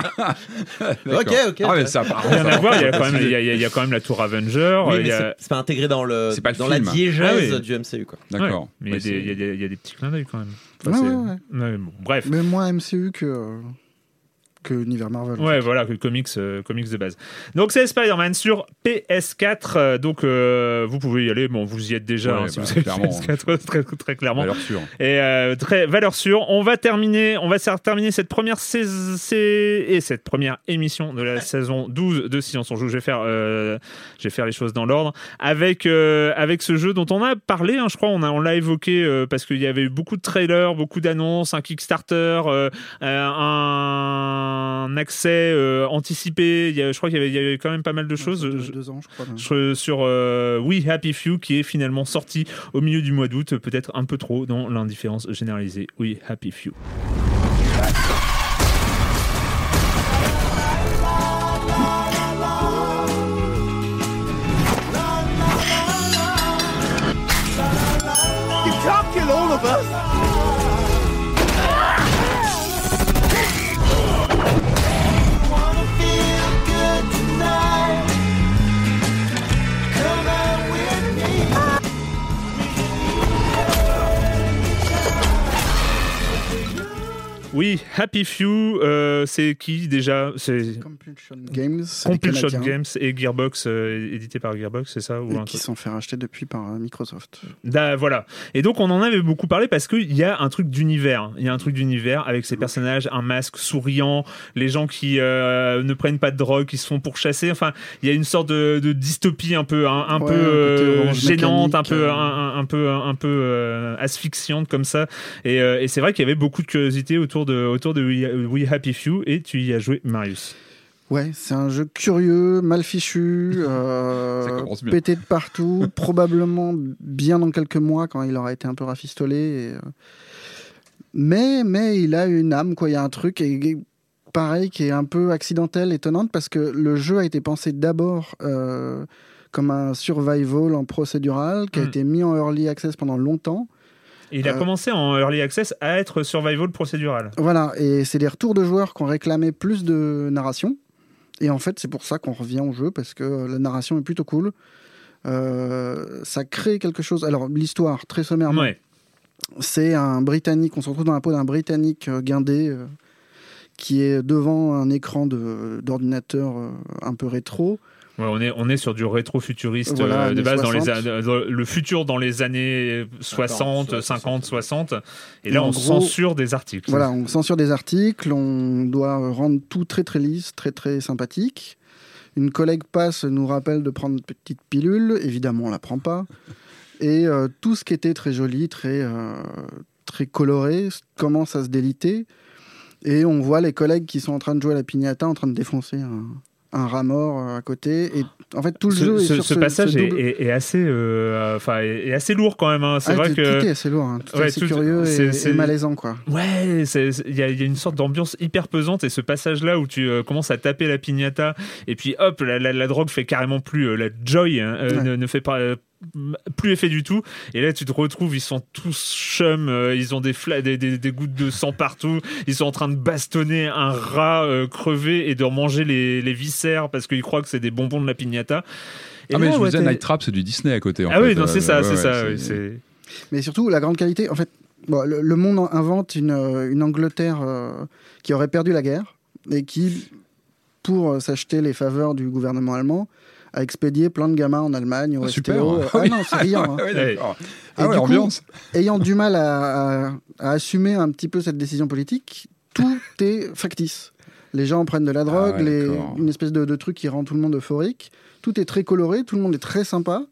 D'accord. Ok, ok. Ah, mais ça, par Rien contre, à voir, il y a ça- quand même, il y a, il y a- il y a quand même la tour Avenger. Oui, il mais y a... c'est, c'est pas intégré dans, le, C'est pas le dans film. la diégèse Ah oui. du M C U. Quoi. D'accord. Ouais, mais il y a Ouais, des- il y, a des- il y a des petits clins d'œil quand même. Ouais, c'est- ouais, ouais. ouais, bon, bref. Mais moins M C U que, euh, que l'univers Marvel. Ouais, voilà, que comics, euh, comics de base. Donc c'est Spider-Man sur P S quatre. Euh, donc euh, vous pouvez y aller. Bon, vous y êtes déjà ouais, hein, si bah, vous avez clairement, P S quatre, très, très clairement. Valeur sûre. Et euh, très valeur sûre. On va terminer, on va terminer cette première saison et cette première émission de la saison douze de Silence on Joue. Je vais faire, euh, je vais faire les choses dans l'ordre avec euh, avec ce jeu dont on a parlé. Hein, je crois, on a on l'a évoqué euh, parce qu'il y avait eu beaucoup de trailers, beaucoup d'annonces, un Kickstarter, euh, un un accès euh, anticipé. Il y a, je crois qu'il y avait, il y avait quand même pas mal de choses. Ouais, deux, deux ans, je crois. Je, sur euh, We Happy Few, qui est finalement sorti au milieu du mois d'août, peut-être un peu trop dans l'indifférence généralisée. We Happy Few. You can't kill all of us! Oui, Happy Few, euh, c'est qui déjà? C'est Compulsion Games. Compulsion Games et Gearbox, euh, édité par Gearbox, c'est ça ou et un qui truc. sont fait racheter depuis par euh, Microsoft. Da, voilà. Et donc on en avait beaucoup parlé parce qu'il y a un truc d'univers. Il y a un truc d'univers avec ces personnages, un masque souriant, les gens qui euh, ne prennent pas de drogue, qui se font pourchasser. Enfin, il y a une sorte de, de dystopie un peu, un, un Ouais, peu euh, gênante, un mécanique, peu, euh... un, un peu, un peu euh, asphyxiante comme ça. Et, euh, et c'est vrai qu'il y avait beaucoup de curiosité autour de, autour de We, We Happy Few. Et tu y as joué, Marius. Ouais, c'est un jeu curieux, mal fichu, euh, pété de partout, probablement bien dans quelques mois quand il aura été un peu rafistolé. Et, euh... mais, mais il a une âme, quoi. Il y a un truc, et, et, pareil, qui est un peu accidentel, étonnante, parce que le jeu a été pensé d'abord euh, comme un survival en procédural, qui a mm. été mis en early access pendant longtemps. Et il a euh, commencé en early access à être survival procédural. Voilà, et c'est des retours de joueurs qui ont réclamé plus de narration. Et en fait, c'est pour ça qu'on revient au jeu, parce que la narration est plutôt cool. Euh, ça crée quelque chose. Alors, l'histoire, très sommairement, ouais. C'est un Britannique, on se retrouve dans la peau d'un Britannique euh, guindé euh, qui est devant un écran de, d'ordinateur euh, un peu rétro. Ouais, on est on est sur du rétro-futuriste voilà, euh, de base dans les dans le futur dans les années soixante, cinquante, soixante et là et on gros, censure des articles. Voilà, on censure des articles, on doit rendre tout très très lisse, très très sympathique. Une collègue passe, nous rappelle de prendre une petite pilule, évidemment on la prend pas. Et euh, tout ce qui était très joli, très euh, très coloré commence à se déliter et on voit les collègues qui sont en train de jouer à la piñata en train de défoncer un un rat mort à côté, et en fait tout le ce, jeu est ce, sur ce ce passage ce double... est, est, est assez euh, enfin est, est assez lourd quand même hein. C'est ah, vrai tout, que tout est assez lourd hein. Tout ouais, est assez tout, curieux c'est, et, c'est... et malaisant quoi. Ouais, il y, y a une sorte d'ambiance hyper pesante, et ce passage là où tu euh, commences à taper la piñata et puis hop la, la, la drogue fait carrément plus euh, la joy hein, euh, ouais. ne, ne fait pas euh, plus effet du tout, et là tu te retrouves, ils sont tous chum, euh, ils ont des, fla- des, des, des gouttes de sang partout, ils sont en train de bastonner un rat euh, crevé et de manger les, les viscères parce qu'ils croient que c'est des bonbons de la piñata. Et ah là, mais je vous disais, Night Trap c'est du Disney à côté en ah fait. oui non c'est euh, ça, ouais, c'est, ouais, ça c'est... Oui, c'est... mais surtout la grande qualité en fait, bon, le, le monde invente une, une Angleterre euh, qui aurait perdu la guerre et qui, pour euh, s'acheter les faveurs du gouvernement allemand, a expédié plein de gamins en Allemagne au ah, S T super. O. Ah non, c'est rien. Hein. ouais, d'accord. Et ah ouais, du ambiance. Coup, ayant du mal à, à, à assumer un petit peu cette décision politique, tout est factice. Les gens prennent de la drogue, ah ouais, les, une espèce de, de truc qui rend tout le monde euphorique. Tout est très coloré, tout le monde est très sympa.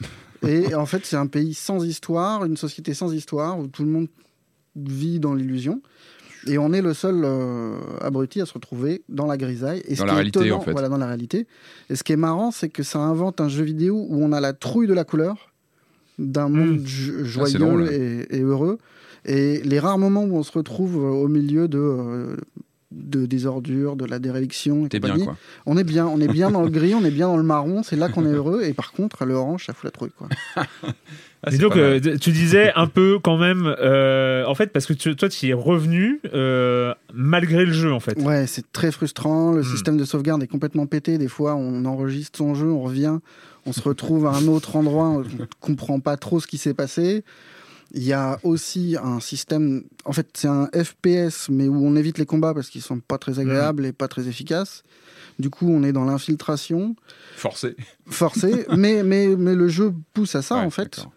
Et en fait, c'est un pays sans histoire, une société sans histoire, où tout le monde vit dans l'illusion. Et on est le seul euh, abruti à se retrouver dans la grisaille. Et dans ce la qui réalité, est étonnant, en fait. Voilà, dans la réalité. Et ce qui est marrant, c'est que ça invente un jeu vidéo où on a la trouille de la couleur, d'un monde mmh. jo- joyeux ah, drôle, et, et heureux. Et les rares moments où on se retrouve au milieu de, euh, de des ordures, de la déréliction, et T'es bien, quoi. On est bien, on est bien dans le gris, on est bien dans le marron. C'est là qu'on est heureux. Et par contre, le orange, ça fout la trouille, quoi. Ah, et donc, euh, tu disais un peu quand même, euh, en fait, parce que tu, toi, tu y es revenu euh, malgré le jeu, en fait. Ouais, c'est très frustrant. Le mmh. système de sauvegarde est complètement pété. Des fois, on enregistre son jeu, on revient, on se retrouve à un autre endroit, on ne comprend pas trop ce qui s'est passé. Il y a aussi un système, en fait c'est un F P S mais où on évite les combats parce qu'ils sont pas très agréables mmh. et pas très efficaces. Du coup on est dans l'infiltration. Forcé. Forcé, mais, mais, mais le jeu pousse à ça ouais, en fait. D'accord.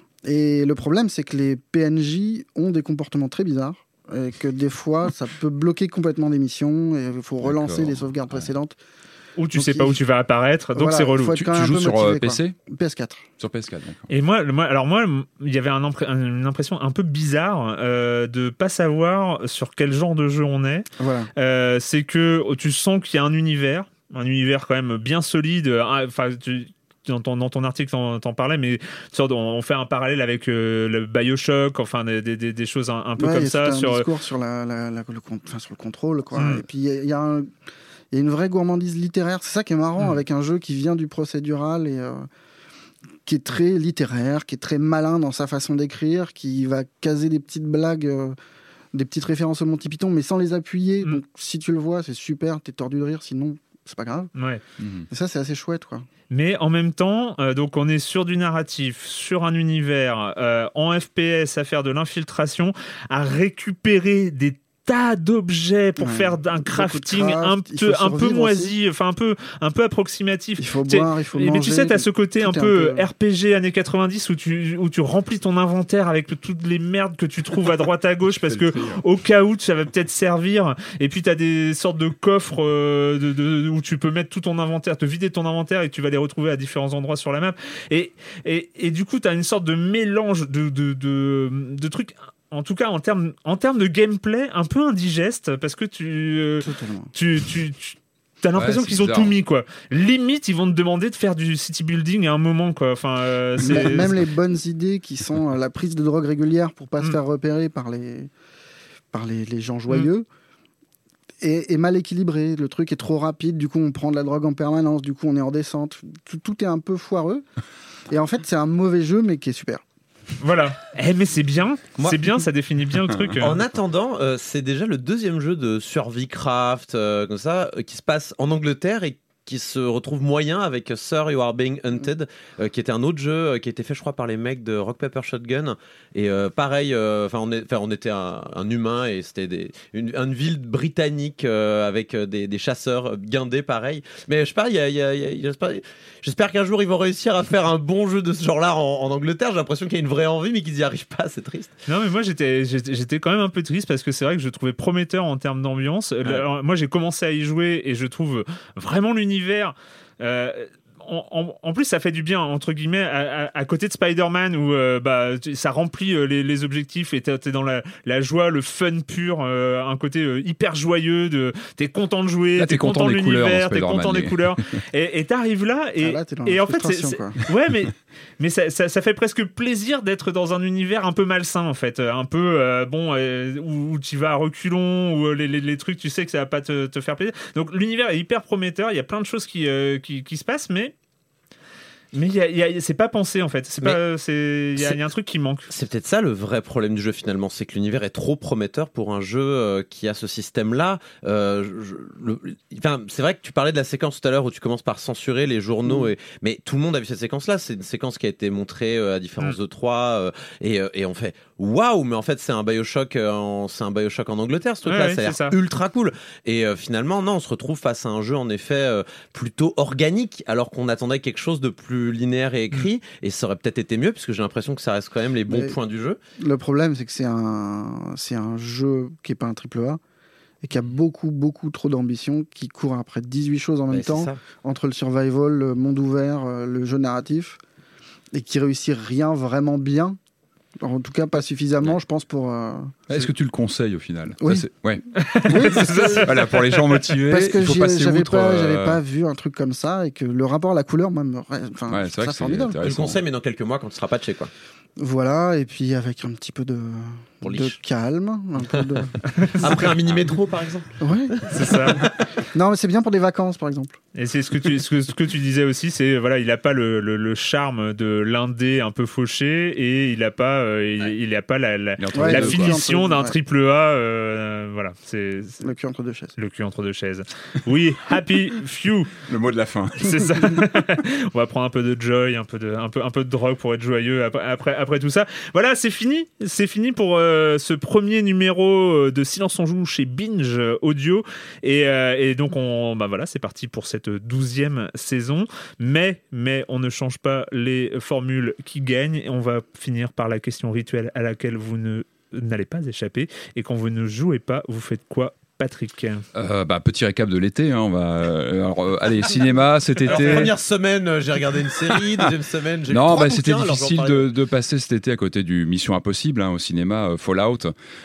Et le problème c'est que les P N J ont des comportements très bizarres et que des fois ça peut bloquer complètement des missions et il faut relancer d'accord. les sauvegardes ouais. précédentes. Ou tu donc sais pas il... où tu vas apparaître, donc voilà, c'est relou. Tu, tu joues sur motivé, P C P S quatre. Sur P S quatre, d'accord. Et moi, moi, alors moi, il y avait un impré- une impression un peu bizarre euh, de pas savoir sur quel genre de jeu on est. Voilà. Euh, c'est que tu sens qu'il y a un univers, un univers quand même bien solide. Enfin, tu Dans ton, dans ton article, t'en, t'en parlais, mais on fait un parallèle avec euh, le Bioshock, enfin des, des, des choses un, un peu ouais, comme y a ça. Un sur discours sur, la, la, la, le, enfin, sur le contrôle, quoi. Mm. Et puis il y, y, y a une vraie gourmandise littéraire. C'est ça qui est marrant mm. avec un jeu qui vient du procédural et euh, qui est très littéraire, qui est très malin dans sa façon d'écrire, qui va caser des petites blagues. Euh, des petites références au Monty Python, mais sans les appuyer. Mm. Donc, si tu le vois, c'est super, t'es tordu de rire, sinon, c'est pas grave. Ouais. Mm. Et ça, c'est assez chouette, quoi. Mais en même temps, euh, donc on est sur du narratif, sur un univers, euh, en F P S, à faire de l'infiltration, à récupérer des tas d'objets pour ouais. faire un crafting craft, un, peu, un peu moisi, aussi. enfin un peu, un peu approximatif. Il faut boire, il faut manger. Mais tu sais, t'as ce côté un peu, un peu R P G années quatre-vingt-dix où tu, où tu remplis ton inventaire avec toutes les merdes que tu trouves à droite à gauche parce que au cas où ça va peut-être servir. Et puis t'as des sortes de coffres euh, de, de, où tu peux mettre tout ton inventaire, te vider ton inventaire et tu vas les retrouver à différents endroits sur la map. Et, et, et du coup, t'as une sorte de mélange de, de, de, de trucs. En tout cas, en termes en termes de gameplay, un peu indigeste parce que tu euh, tu tu, tu t'as l'impression ouais, qu'ils bizarre. ont tout mis quoi. Limite, ils vont te demander de faire du city building à un moment quoi. Enfin, euh, c'est... même les bonnes idées qui sont la prise de drogue régulière pour pas mm. se faire repérer par les par les, les gens joyeux. Mm. Est, est mal équilibré. Le truc est trop rapide. Du coup, on prend de la drogue en permanence. Du coup, on est en descente. Tout, tout est un peu foireux. Et en fait, c'est un mauvais jeu, mais qui est super. Voilà. Eh mais c'est bien, Moi, c'est bien, ça définit bien le truc. En attendant, euh, c'est déjà le deuxième jeu de Survicraft euh, comme ça euh, qui se passe en Angleterre et qui se retrouve moyen avec Sir You Are Being Hunted, euh, qui était un autre jeu euh, qui a été fait, je crois, par les mecs de Rock Paper Shotgun. Et euh, pareil, enfin, euh, on, on était un, un humain et c'était des, une, une ville britannique euh, avec des, des chasseurs guindés, pareil. Mais je sais pas, y a, y a, y a, j'espère, j'espère qu'un jour ils vont réussir à faire un bon jeu de ce genre-là en, en Angleterre. J'ai l'impression qu'il y a une vraie envie, mais qu'ils n'y arrivent pas. C'est triste. Non, mais moi j'étais, j'étais, j'étais quand même un peu triste parce que c'est vrai que je trouvais prometteur en termes d'ambiance. Ouais. Le, moi, j'ai commencé à y jouer et je trouve vraiment l'univers. Euh, en, en, en plus, ça fait du bien entre guillemets à, à, à côté de Spider-Man où euh, bah, ça remplit euh, les, les objectifs et t'es, t'es dans la, la joie, le fun pur, euh, un côté euh, hyper joyeux. De, t'es content de jouer, là, t'es, t'es content, content de l'univers, t'es content des couleurs. Et, et t'arrives là et, ah là, et en fait, c'est, c'est, ouais, mais mais ça, ça, ça fait presque plaisir d'être dans un univers un peu malsain en fait, un peu euh, bon euh, où, où tu vas à reculons, où les, les, les trucs, tu sais que ça va pas te, te faire plaisir. Donc l'univers est hyper prometteur. Il y a plein de choses qui euh, qui, qui se passent, mais Mais y a, y a, c'est pas pensé en fait. C'est pas, c'est, y a, y a un truc qui manque. C'est peut-être ça le vrai problème du jeu finalement, c'est que l'univers est trop prometteur pour un jeu euh, qui a ce système-là. Euh, je, le, enfin, c'est vrai que tu parlais de la séquence tout à l'heure où tu commences par censurer les journaux, mmh. et, mais tout le monde a vu cette séquence-là. C'est une séquence qui a été montrée euh, à différents mmh. E trois euh, et, euh, et on fait waouh, mais en fait c'est un Bioshock, euh, en, c'est un Bioshock en Angleterre ce truc-là. Ouais, ça a l'air ça. ultra cool. Et euh, finalement non, on se retrouve face à un jeu en effet euh, plutôt organique, alors qu'on attendait quelque chose de plus linéaire et écrit, mmh. et ça aurait peut-être été mieux puisque j'ai l'impression que ça reste quand même les bons mais points du jeu. Le problème c'est que c'est un c'est un jeu qui est pas un triple A et qui a beaucoup beaucoup trop d'ambition, qui court après dix-huit choses en même ouais, temps entre le survival, le monde ouvert, le jeu narratif, et qui réussit rien vraiment bien. En tout cas, pas suffisamment, ouais. je pense, pour... Euh, Est-ce que tu le conseilles, au final ? Oui. Ça, c'est... Ouais. oui c'est ça. Voilà, pour les gens motivés, parce que il faut passer j'avais outre... Pas, euh... j'avais pas vu un truc comme ça, et que le rapport à la couleur, moi, me... enfin, ouais, c'est vrai ça que formidable. Tu le conseilles, mais dans quelques mois, quand tu seras patché, quoi. Voilà, et puis avec un petit peu de... pour de Lich. calme, un peu de... Après un mini-métro, par exemple. Ouais. C'est ça. Non, mais c'est bien pour des vacances, par exemple. Et c'est ce que tu, ce que, ce que tu disais aussi, c'est voilà, il n'a pas le, le, le charme de l'indé un peu fauché et il n'a pas, euh, il, Ouais. il a pas la, la, Ouais, la le finition cul entre- d'un ouais. triple A. Euh, voilà, c'est, c'est Le cul entre deux chaises. le cul entre deux chaises. Oui, happy few. Le mot de la fin. C'est ça. On va prendre un peu de joy, un peu de, un peu, un peu de drogue pour être joyeux après, après, après tout ça. Voilà, c'est fini. C'est fini pour euh, ce premier numéro de Silence on joue chez Binge Audio. Et, euh, et donc, on, bah voilà, c'est parti pour cette douzième saison. Mais, mais on ne change pas les formules qui gagnent. Et on va finir par la question rituelle à laquelle vous ne, n'allez pas échapper. Et quand vous ne jouez pas, vous faites quoi, Patrick? Euh, bah, petit récap de l'été. Hein, on va, euh, alors, euh, allez, cinéma cet Alors, été. première semaine, euh, j'ai regardé une série. Deuxième semaine, j'ai Non, lu trois bah, c'était bouquins, alors difficile j'en parlais. de, de passer cet été à côté du Mission Impossible hein, au cinéma, euh, Fallout.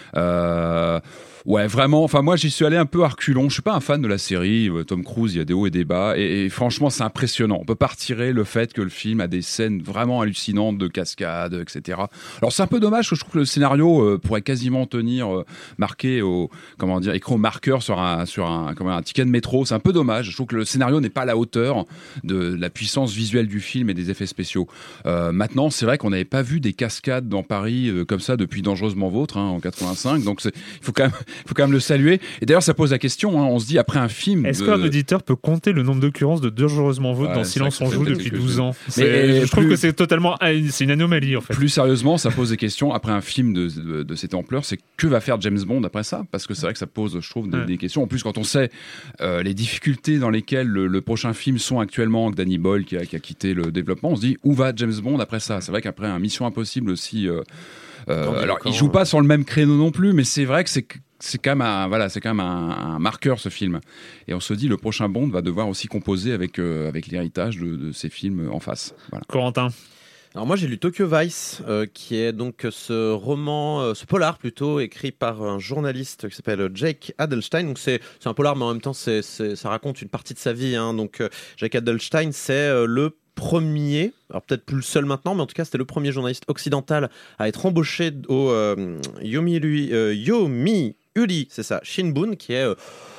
Euh, ouais, vraiment. Enfin, moi, j'y suis allé un peu à reculons. Je suis pas un fan de la série. euh, Tom Cruise, il y a des hauts et des bas. Et, et franchement, c'est impressionnant. On peut pas retirer le fait que le film a des scènes vraiment hallucinantes de cascades, et cetera. Alors, c'est un peu dommage que je trouve que le scénario euh, pourrait quasiment tenir euh, marqué au, comment dire, écran marqueur sur un, sur un, comment, un ticket de métro. C'est un peu dommage. Je trouve que le scénario n'est pas à la hauteur de la puissance visuelle du film et des effets spéciaux. Euh, maintenant, c'est vrai qu'on n'avait pas vu des cascades dans Paris euh, comme ça depuis Dangereusement Vôtre hein, en quatre-vingt-cinq. Donc, il faut quand même, faut quand même le saluer. Et d'ailleurs, ça pose la question. Hein, on se dit après un film. Est-ce de... qu'un auditeur peut compter le nombre d'occurrences de Dangereusement Vôtre Ouais, dans c'est Silence vrai on que joue ça fait depuis quelques douze ans? Mais, C'est- et Je trouve plus- que c'est totalement, c'est une anomalie en fait. Plus sérieusement, ça pose des questions après un film de, de, de cette ampleur. C'est que va faire James Bond après ça? Parce que c'est vrai que ça pose, je trouve, des, Ouais. des questions. En plus, quand on sait euh, les difficultés dans lesquelles le, le prochain film sont actuellement, avec Danny Boyle qui a, qui a quitté le développement, on se dit où va James Bond après ça? C'est vrai qu'après un Mission Impossible aussi. Euh, euh, Grandi alors, encore, il joue ouais. pas sur le même créneau non plus, mais c'est vrai que c'est c'est quand même un, voilà, c'est quand même un, un marqueur ce film. Et on se dit le prochain Bond va devoir aussi composer avec euh, avec l'héritage de, de ces films en face. Voilà. Corentin. Alors moi j'ai lu Tokyo Vice, euh, qui est donc ce roman, euh, ce polar plutôt, écrit par un journaliste qui s'appelle Jake Adelstein. Donc c'est c'est un polar, mais en même temps c'est c'est ça raconte une partie de sa vie. Hein. Donc euh, Jake Adelstein, c'est euh, le premier, alors peut-être plus le seul maintenant, mais en tout cas c'était le premier journaliste occidental à être embauché au euh, Yomiuri, euh, Yomiuri, c'est ça, Shinbun, qui est euh,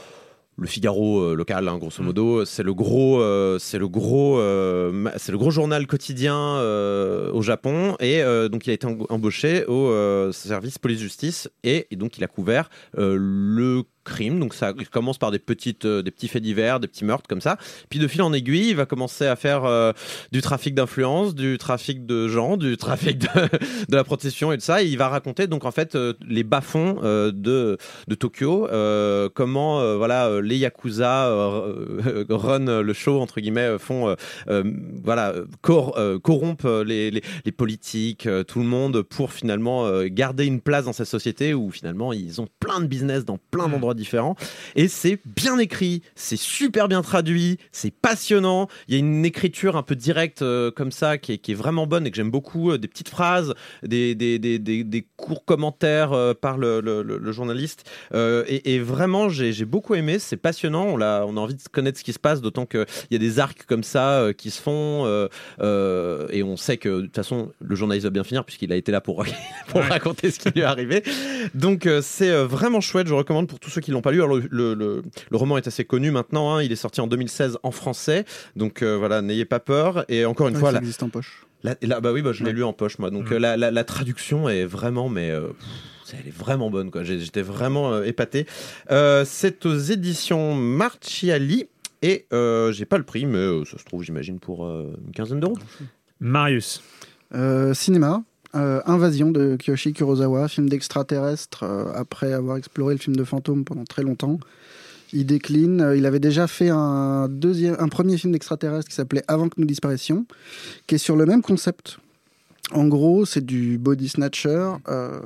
le Figaro euh, local, hein, grosso modo. C'est le gros, euh, c'est le gros, euh, ma- c'est le gros journal quotidien euh, au Japon. Et euh, donc il a été em- embauché au euh, service police-justice et, et donc il a couvert euh, le crime. Donc ça il commence par des petites, euh, des petits faits divers, des petits meurtres comme ça. Puis de fil en aiguille, il va commencer à faire euh, du trafic d'influence, du trafic de gens, du trafic de, de la protection et de ça. Et il va raconter donc en fait euh, les bas-fonds euh, de de Tokyo, euh, comment euh, voilà euh, les yakuza euh, euh, run le show entre guillemets, euh, font euh, euh, voilà cor- euh, corrompent les, les, les politiques, euh, tout le monde pour finalement euh, garder une place dans cette société où finalement ils ont plein de business dans plein d'endroits différents. Et c'est bien écrit, c'est super bien traduit, c'est passionnant. Il y a une écriture un peu directe euh, comme ça qui est, qui est vraiment bonne et que j'aime beaucoup. euh, des petites phrases, des, des, des, des, des courts commentaires euh, par le, le, le, le journaliste. Euh, et, et vraiment, j'ai, j'ai beaucoup aimé. C'est passionnant. On a, on a envie de connaître ce qui se passe, d'autant qu'il y a des arcs comme ça euh, qui se font. Euh, euh, et on sait que de toute façon, le journaliste va bien finir puisqu'il a été là pour, pour Ouais. raconter ce qui lui est arrivé. Donc euh, c'est euh, vraiment chouette. Je recommande pour tous ceux qui l'ont pas lu. Alors, le, le, le, le roman est assez connu maintenant. Hein. Il est sorti en deux mille seize en français. Donc euh, voilà, n'ayez pas peur. Et encore une Ouais, fois, ça la, existe en poche. la- la- bah oui, bah, je l'ai Ouais. lu en poche moi. Donc Mm. euh, la, la, la traduction est vraiment, mais euh, pff, elle est vraiment bonne quoi. J'ai- J'étais vraiment euh, épaté. Euh, c'est aux éditions Marchiali. Et euh, j'ai pas le prix, mais euh, ça se trouve, j'imagine, pour euh, une quinzaine d'euros. Marius. Euh, cinéma, euh, Invasion de Kiyoshi Kurosawa, film d'extraterrestre, euh, après avoir exploré le film de fantôme pendant très longtemps. Il décline. Euh, il avait déjà fait un, deuxième, un premier film d'extraterrestre qui s'appelait Avant que nous disparaissions, qui est sur le même concept. En gros, c'est du body snatcher. Euh,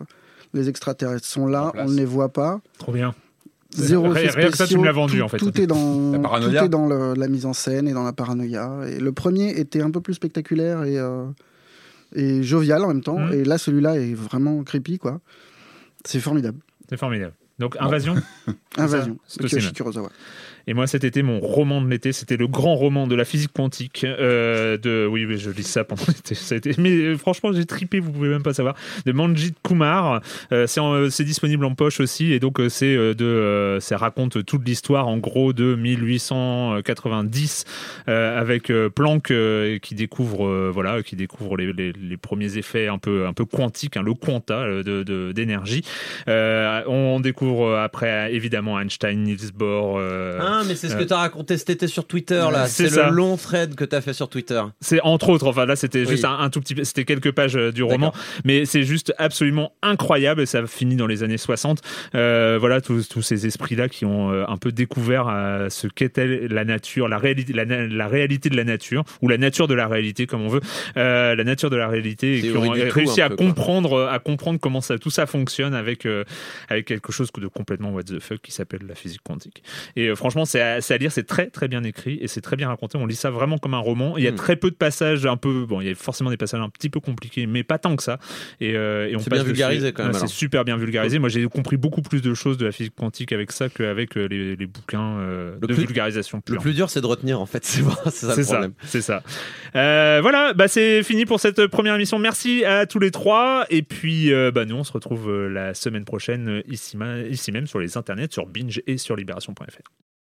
les extraterrestres sont En là, place. on ne les voit pas. Trop bien. Zéro Rien- effets rien que ça, tu me l'as spéciaux, vendu, tout, en fait. Tout est dans, La paranoïa. tout est dans le- la mise en scène et dans la paranoïa. Et le premier était un peu plus spectaculaire et, euh, et jovial en même temps. Mhm. Et là, celui-là est vraiment creepy, quoi. C'est formidable. C'est formidable. Donc, Invasion. Invasion C'est de aussi Kiyoshi bien. Kurosawa. Et moi, cet été, mon roman de l'été, c'était le grand roman de la physique quantique. Euh, de, oui, mais je lis ça pendant l'été. Ça a été, mais euh, franchement, j'ai tripé, vous pouvez même pas savoir. De Manjit Kumar. Euh, c'est, en, c'est disponible en poche aussi. Et donc, euh, c'est euh, de, euh, ça raconte toute l'histoire, en gros, de mille huit cent quatre-vingt-dix, euh, avec euh, Planck euh, qui découvre, euh, voilà, qui découvre les, les, les premiers effets un peu, un peu quantiques, hein, le quanta de, de, d'énergie. Euh, on découvre après, évidemment, Einstein, Niels Bohr. Euh, ah, mais c'est ce que tu as raconté cet été sur Twitter, là. C'est, c'est ça. le long thread que tu as fait sur Twitter. C'est entre autres, enfin là, c'était oui. juste un, un tout petit, c'était quelques pages du roman, D'accord. mais c'est juste absolument incroyable et ça finit dans les années soixante. Euh, voilà, tous, tous ces esprits-là qui ont euh, un peu découvert euh, ce qu'était la nature, la réalité, la, la réalité de la nature, ou la nature de la réalité, comme on veut, euh, la nature de la réalité, et qui ont réussi à peu, comprendre, quoi. à comprendre comment ça, tout ça fonctionne avec, euh, avec quelque chose de complètement what the fuck qui s'appelle la physique quantique. Et euh, franchement, c'est à, c'est à lire, c'est très très bien écrit et c'est très bien raconté. On lit ça vraiment comme un roman. Il y a mmh. très peu de passages un peu, bon, il y a forcément des passages un petit peu compliqués, mais pas tant que ça. Et, euh, et on c'est passe bien vulgarisé dessus. quand même. Ouais, c'est super bien vulgarisé. Moi, j'ai compris beaucoup plus de choses de la physique quantique avec ça qu'avec euh, les, les bouquins euh, de plus, vulgarisation pure. Le plus dur, c'est de retenir en fait. C'est, vrai, c'est ça c'est le problème. Ça, c'est ça. Euh, voilà, bah c'est fini pour cette première émission. Merci à tous les trois. Et puis, euh, bah nous, on se retrouve la semaine prochaine ici, ici même sur les internets, sur Binge et sur libération point f r.